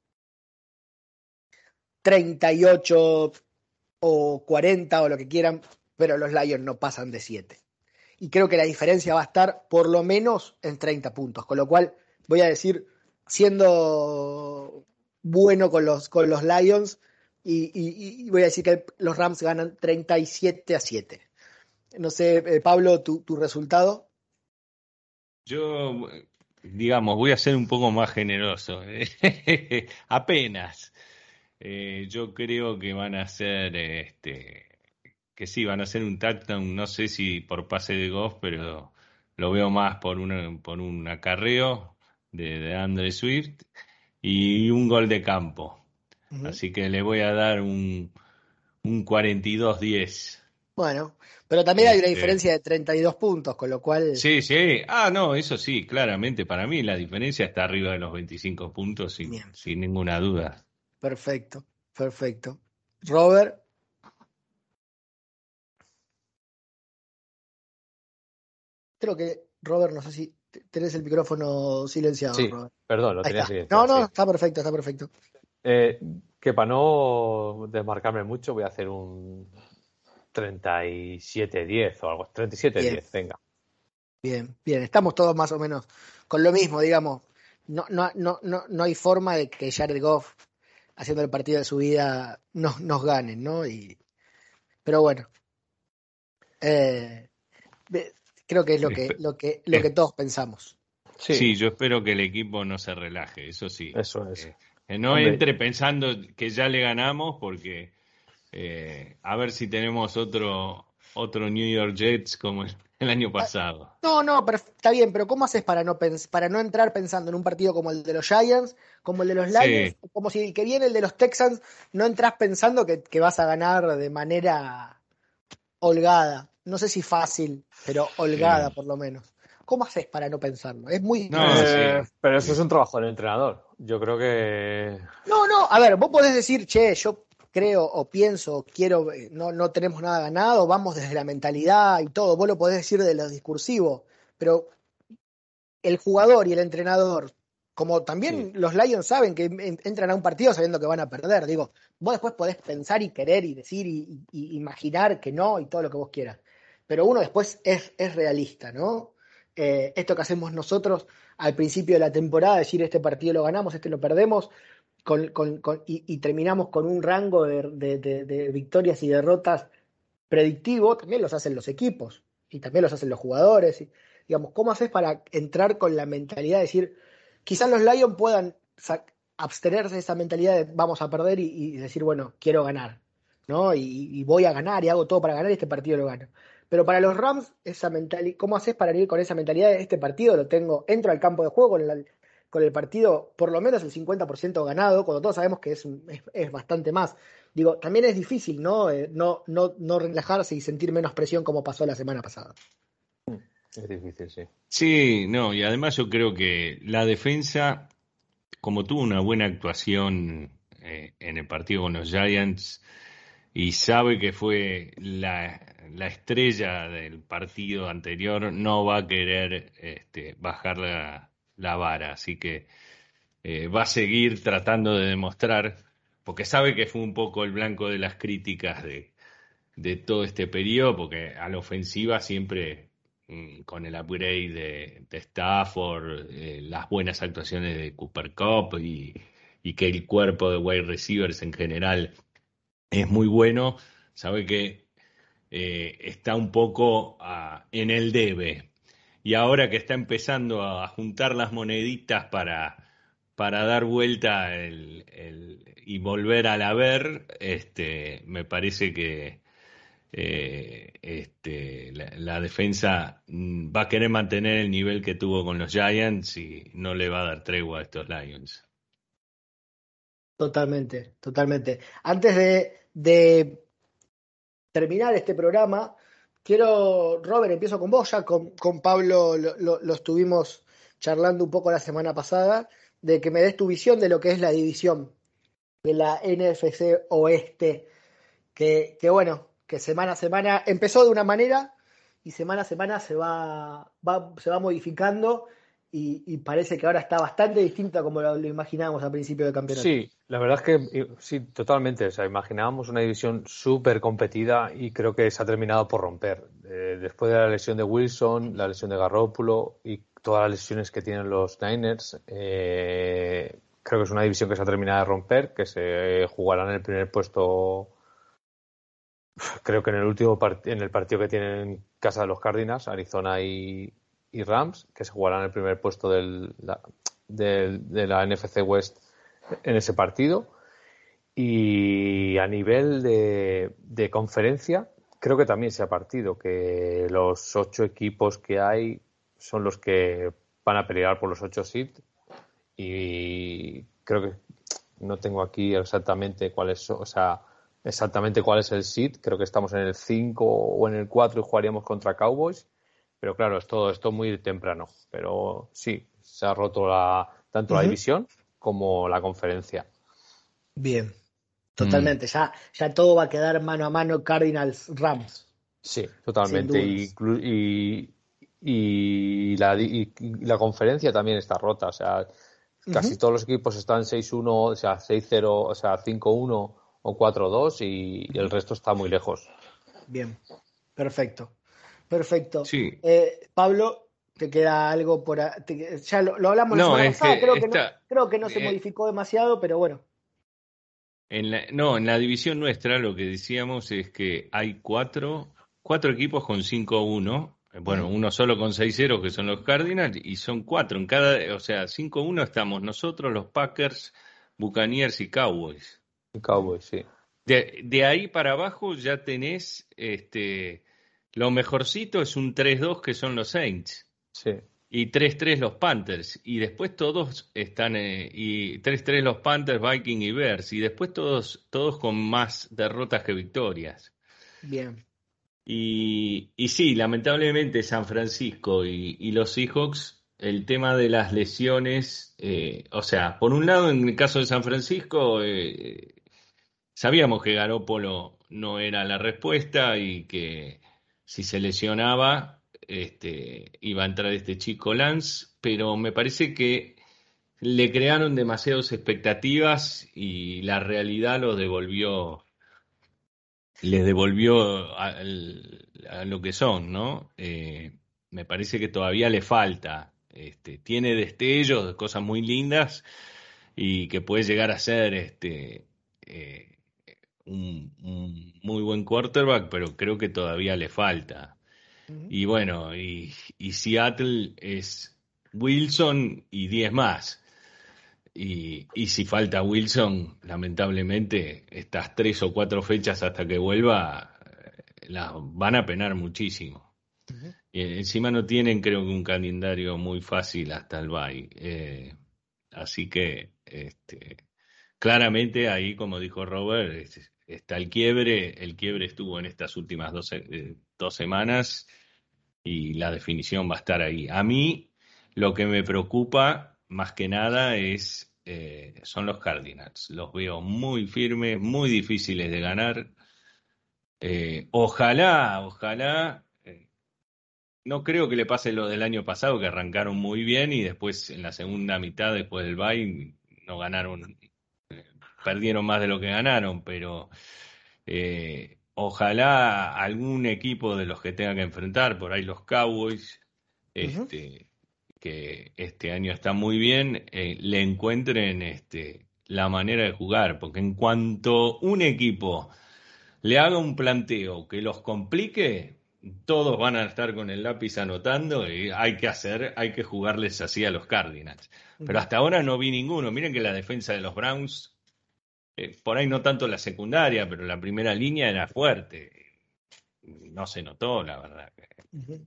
treinta y ocho o cuarenta o lo que quieran, pero los Lions no pasan de siete. Y creo que la diferencia va a estar por lo menos en treinta puntos, con lo cual voy a decir, siendo bueno con los, con los Lions, y, y, y voy a decir que los Rams ganan treinta y siete a siete. No sé, eh, Pablo, tu, tu resultado. Yo digamos, voy a ser un poco más generoso. Apenas. Eh, yo creo que van a ser, este, que sí, van a ser un touchdown, no sé si por pase de Goff, pero lo veo más por una, por un acarreo de, de Andre Swift y un gol de campo. Ujú. Así que le voy a dar un, un cuarenta y dos diez. Bueno, pero también hay una Este, diferencia de treinta y dos puntos, con lo cual, sí, sí. Ah, no, eso sí, claramente para mí la diferencia está arriba de los veinticinco puntos sin, bien, sin ninguna duda. perfecto, perfecto. Robert, creo que, Robert, no sé si te- tenés el micrófono silenciado, Sí, Robert. perdón, lo Ahí tenía está. No, silenciado, no, sí. está perfecto, está perfecto. Eh, que para no desmarcarme mucho, voy a hacer un treinta y siete diez o algo. treinta y siete Bien, diez, venga. bien, bien. Estamos todos más o menos con lo mismo, digamos. No, no, no, no, no hay forma de que Jared Goff, haciendo el partido de su vida, nos, nos gane, ¿no? Y, pero bueno, eh, ve- creo que es lo que, Espe- lo que, lo que es- todos pensamos. Sí, sí, yo espero que el equipo no se relaje, eso sí. eso es. Eh, que no Hombre, entre pensando que ya le ganamos, porque eh, a ver si tenemos otro, otro New York Jets como el, el año Ah, pasado. no, no, pero está bien, pero ¿cómo haces para no pens- para no entrar pensando en un partido como el de los Giants, como el de los Lions, Sí, como si el que viene el de los Texans, no entras pensando que, que vas a ganar de manera holgada? No sé si fácil, pero holgada sí. por lo menos. ¿Cómo haces para no pensarlo? Es muy No, difícil. eh, sí, pero eso es sí. un trabajo del entrenador. Yo creo que No, no, a ver, vos podés decir, che, yo creo o pienso, quiero, eh, no, no tenemos nada ganado, vamos desde la mentalidad y todo, vos lo podés decir de lo discursivo, pero el jugador y el entrenador, como sí, también los Lions saben que en- entran a un partido sabiendo que van a perder, digo, vos después podés pensar y querer y decir y, y- y imaginar que no y todo lo que vos quieras, pero uno después es, es realista, ¿no? Eh, esto que hacemos nosotros al principio de la temporada, decir este partido lo ganamos, este lo perdemos, con, con- con- y, y terminamos con un rango de, de- de- de victorias y derrotas predictivo, también los hacen los equipos y también los hacen los jugadores. Y, digamos, ¿cómo haces para entrar con la mentalidad de decir, quizás los Lions puedan sa- abstenerse de esa mentalidad de vamos a perder y, y decir, bueno, quiero ganar, ¿no? Y, y voy a ganar y hago todo para ganar y este partido lo gano. Pero para los Rams, esa mentalidad, ¿cómo haces para ir con esa mentalidad de este partido? Lo tengo, entro al campo de juego con, la- con el partido por lo menos el cincuenta por ciento ganado, cuando todos sabemos que es, un- es, es bastante más. Digo, también es difícil, ¿no? Eh, no, no, no relajarse y sentir menos presión como pasó la semana pasada. es difícil, sí. Sí, no, y además yo creo que la defensa, como tuvo una buena actuación eh, en el partido con los Giants y sabe que fue la, la estrella del partido anterior, no va a querer este, bajar la, la vara, así que eh, va a seguir tratando de demostrar, porque sabe que fue un poco el blanco de las críticas de, de todo este periodo, porque a la ofensiva siempre mm, con el upgrade de, de Stafford, eh, las buenas actuaciones de Cooper Kupp y, y que el cuerpo de wide receivers en general es muy bueno, sabe que eh, está un poco ah, en el debe. Y ahora que está empezando a juntar las moneditas para, para dar vuelta el, el- y volver al haber, este, me parece que eh, este, la, la defensa mm, va a querer mantener el nivel que tuvo con los Giants y no le va a dar tregua a estos Lions. Totalmente, totalmente. Antes de, de terminar este programa, quiero, Robert, empiezo con vos, ya con, con Pablo lo, lo- lo estuvimos charlando un poco la semana pasada, de que me des tu visión de lo que es la división de la N F C Oeste, que, que bueno, que semana a semana empezó de una manera y semana a semana se va, va- se va modificando y, y parece que ahora está bastante distinto a como lo, lo imaginábamos al principio del campeonato. Sí, la verdad es que eh, sí, totalmente. O sea, imaginábamos una división súper competida y creo que se ha terminado por romper. Eh, después de la lesión de Wilson, la lesión de Garoppolo y todas las lesiones que tienen los Niners, eh, creo que es una división que se ha terminado de romper, que se jugará en el primer puesto, creo que en el último part- en el partido que tienen en casa de los Cardinals, Arizona y, y Rams, que se jugarán el primer puesto del, la, del, de la N F C West en ese partido. Y a nivel de, de conferencia, creo que también se ha partido, que los ocho equipos que hay son los que van a pelear por los ocho seeds. Y creo que no tengo aquí exactamente cuál es, o sea, exactamente cuál es el seed. Creo que estamos en el cinco o en el cuatro y jugaríamos contra Cowboys. Pero claro, es todo esto muy temprano. Pero sí, se ha roto la, tanto uh-huh. la división como la conferencia. Bien, totalmente. Mm. Ya, ya todo va a quedar mano a mano Cardinals-Rams. Sí, totalmente. Y, y, y, la, y, y la conferencia también está rota. O sea, uh-huh. casi todos los equipos están seis uno, o sea, seis cero, o sea, cinco uno o cuatro dos y, y el resto está muy lejos. Bien, perfecto. Perfecto. Sí. Eh, Pablo, ¿te queda algo por ahí? Te, ya lo, lo hablamos no, la semana pasada, que creo, que esta, no, creo que no se eh, modificó demasiado, pero bueno. En la, no, en la división nuestra lo que decíamos es que hay cuatro, cuatro equipos con cinco uno, bueno, uh-huh. uno solo con seis cero que son los Cardinals, y son cuatro en cada, o sea, cinco uno estamos nosotros, los Packers, Buccaneers y Cowboys. Y Cowboys, sí. De, de ahí para abajo ya tenés, este, lo mejorcito es un tres dos que son los Saints. Sí. Y tres tres los Panthers. Y después todos están, eh, y tres tres los Panthers, Vikings y Bears. Y después todos, todos con más derrotas que victorias. Bien. Y, y sí, lamentablemente San Francisco y, y los Seahawks, el tema de las lesiones, eh, o sea, por un lado en el caso de San Francisco, eh, sabíamos que Garoppolo no era la respuesta y que si se lesionaba este, iba a entrar este chico Lance, pero me parece que le crearon demasiadas expectativas y la realidad los devolvió, les devolvió a, a lo que son, ¿no? Eh, me parece que todavía le falta. Este, tiene destellos de cosas muy lindas y que puede llegar a ser este eh, un, un muy buen quarterback, pero creo que todavía le falta. Uh-huh. Y bueno, y, y Seattle es Wilson y diez más. Y, y si falta Wilson, lamentablemente, estas tres o cuatro fechas hasta que vuelva, las van a penar muchísimo. Uh-huh. Y encima no tienen, creo que, un calendario muy fácil hasta el bye. Eh, así que, este, claramente ahí, como dijo Robert, está el quiebre. El quiebre estuvo en estas últimas dos, eh, dos semanas y la definición va a estar ahí. A mí, lo que me preocupa más que nada es eh, son los Cardinals. Los veo muy firmes, muy difíciles de ganar. Eh, ojalá, ojalá. Eh, no creo que le pase lo del año pasado, que arrancaron muy bien y después en la segunda mitad, después del bye, no ganaron, eh, perdieron más de lo que ganaron, pero eh, ojalá algún equipo de los que tenga que enfrentar, por ahí los Cowboys, este, uh-huh. que este año está muy bien, eh, le encuentren este, la manera de jugar, porque en cuanto un equipo le haga un planteo que los complique, todos van a estar con el lápiz anotando y hay que hacer, hay que jugarles así a los Cardinals. Uh-huh. Pero hasta ahora no vi ninguno. Miren que la defensa de los Browns, eh, por ahí no tanto la secundaria, pero la primera línea era fuerte. No se notó, la verdad. Uh-huh.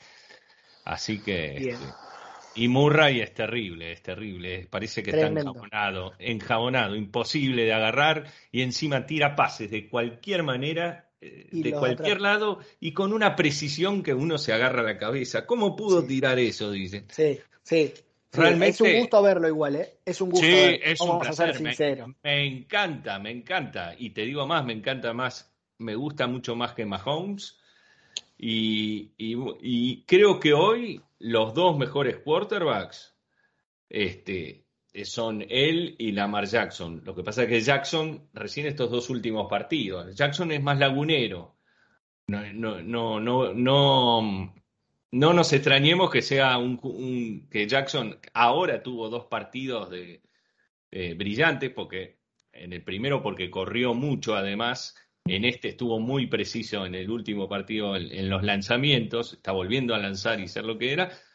Así que... Este, y Murray es terrible, es terrible. Parece que Tremendo. Está enjabonado, enjabonado, imposible de agarrar y encima tira pases de cualquier manera, eh, de cualquier atrás. Lado y con una precisión que uno se agarra a la cabeza. ¿Cómo pudo sí. tirar eso? Dicen. Sí, sí. Realmente, es un gusto verlo igual, ¿eh? Es un gusto sí, verlo. Es Vamos un placer. a ser sinceros. Me, me encanta, me encanta. Y te digo más, me encanta más, me gusta mucho más que Mahomes. Y, y, y creo que hoy los dos mejores quarterbacks este, son él y Lamar Jackson. Lo que pasa es que Jackson, recién estos dos últimos partidos, Jackson es más lagunero. No, no, no, no, no, no nos extrañemos que sea un, un que Jackson ahora tuvo dos partidos de, eh, brillantes, porque en el primero porque corrió mucho además. En este estuvo muy preciso en el último partido en, en los lanzamientos, está volviendo a lanzar y ser lo que era,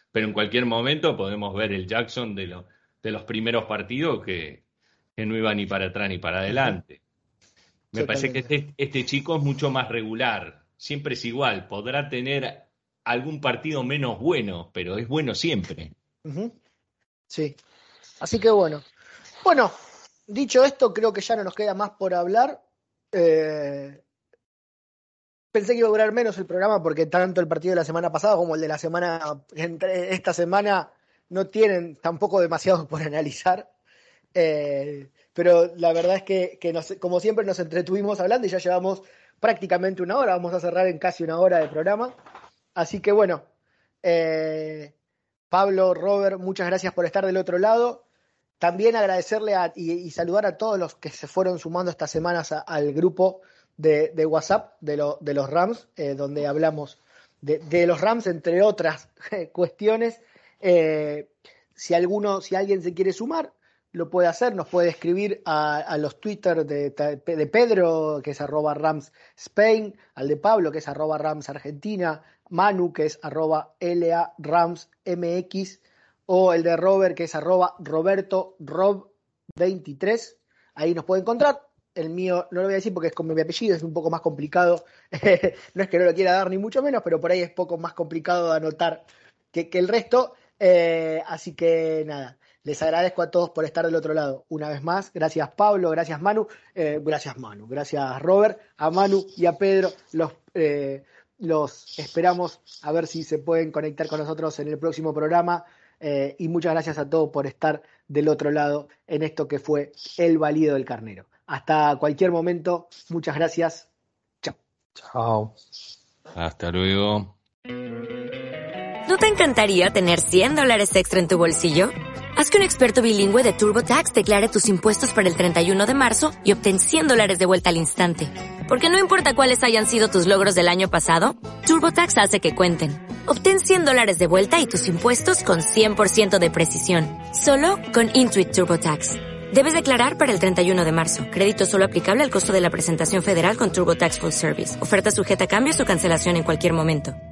pero en cualquier momento podemos ver el Jackson de, lo, de los primeros partidos que, que no iba ni para atrás ni para adelante. Me parece que este, este chico es mucho más regular, siempre es igual, podrá tener algún partido menos bueno, pero es bueno siempre. Uh-huh. Sí, así que bueno. Bueno, dicho esto, creo que ya no nos queda más por hablar. Eh, pensé que iba a durar menos el programa porque tanto el partido de la semana pasada como el de la semana, entre esta semana, no tienen tampoco demasiado por analizar. Eh, pero la verdad es que, que nos, como siempre nos entretuvimos hablando y ya llevamos prácticamente una hora. Vamos a cerrar en casi una hora de programa. Así que bueno, eh, Pablo, Robert, muchas gracias por estar del otro lado. También agradecerle a, y, y saludar a todos los que se fueron sumando estas semanas a, al grupo de, de WhatsApp de, lo, de los Rams, eh, donde hablamos de, de los Rams, entre otras cuestiones. Eh, si alguno, si alguien se quiere sumar, lo puede hacer, nos puede escribir a, a los Twitter de, de Pedro, que es arroba Rams Spain, al de Pablo, que es arroba Rams Argentina, Manu, que es arroba L A Rams M X, o el de Robert, que es arroba Roberto Rob veintitrés. Ahí nos puede encontrar. El mío no lo voy a decir porque es con mi apellido, es un poco más complicado. No es que no lo quiera dar ni mucho menos, pero por ahí es poco más complicado de anotar que, que el resto. Eh, así que nada, les agradezco a todos por estar del otro lado. Una vez más, gracias Pablo, gracias Manu, eh, gracias Manu, gracias Robert, a Manu y a Pedro. Los, eh, los esperamos a ver si se pueden conectar con nosotros en el próximo programa. Eh, y muchas gracias a todos por estar del otro lado en esto que fue El Balido del Carnero. Hasta cualquier momento, muchas gracias. Chao. Chao. Hasta luego. ¿No te encantaría tener cien dólares extra en tu bolsillo? Haz que un experto bilingüe de TurboTax declare tus impuestos para el treinta y uno de marzo y obtén cien dólares de vuelta al instante. Porque no importa cuáles hayan sido tus logros del año pasado, TurboTax hace que cuenten. Obtén cien dólares de vuelta y tus impuestos con cien por ciento de precisión. Solo con Intuit TurboTax. Debes declarar para el treinta y uno de marzo. Crédito solo aplicable al costo de la presentación federal con TurboTax Full Service. Oferta sujeta a cambios o cancelación en cualquier momento.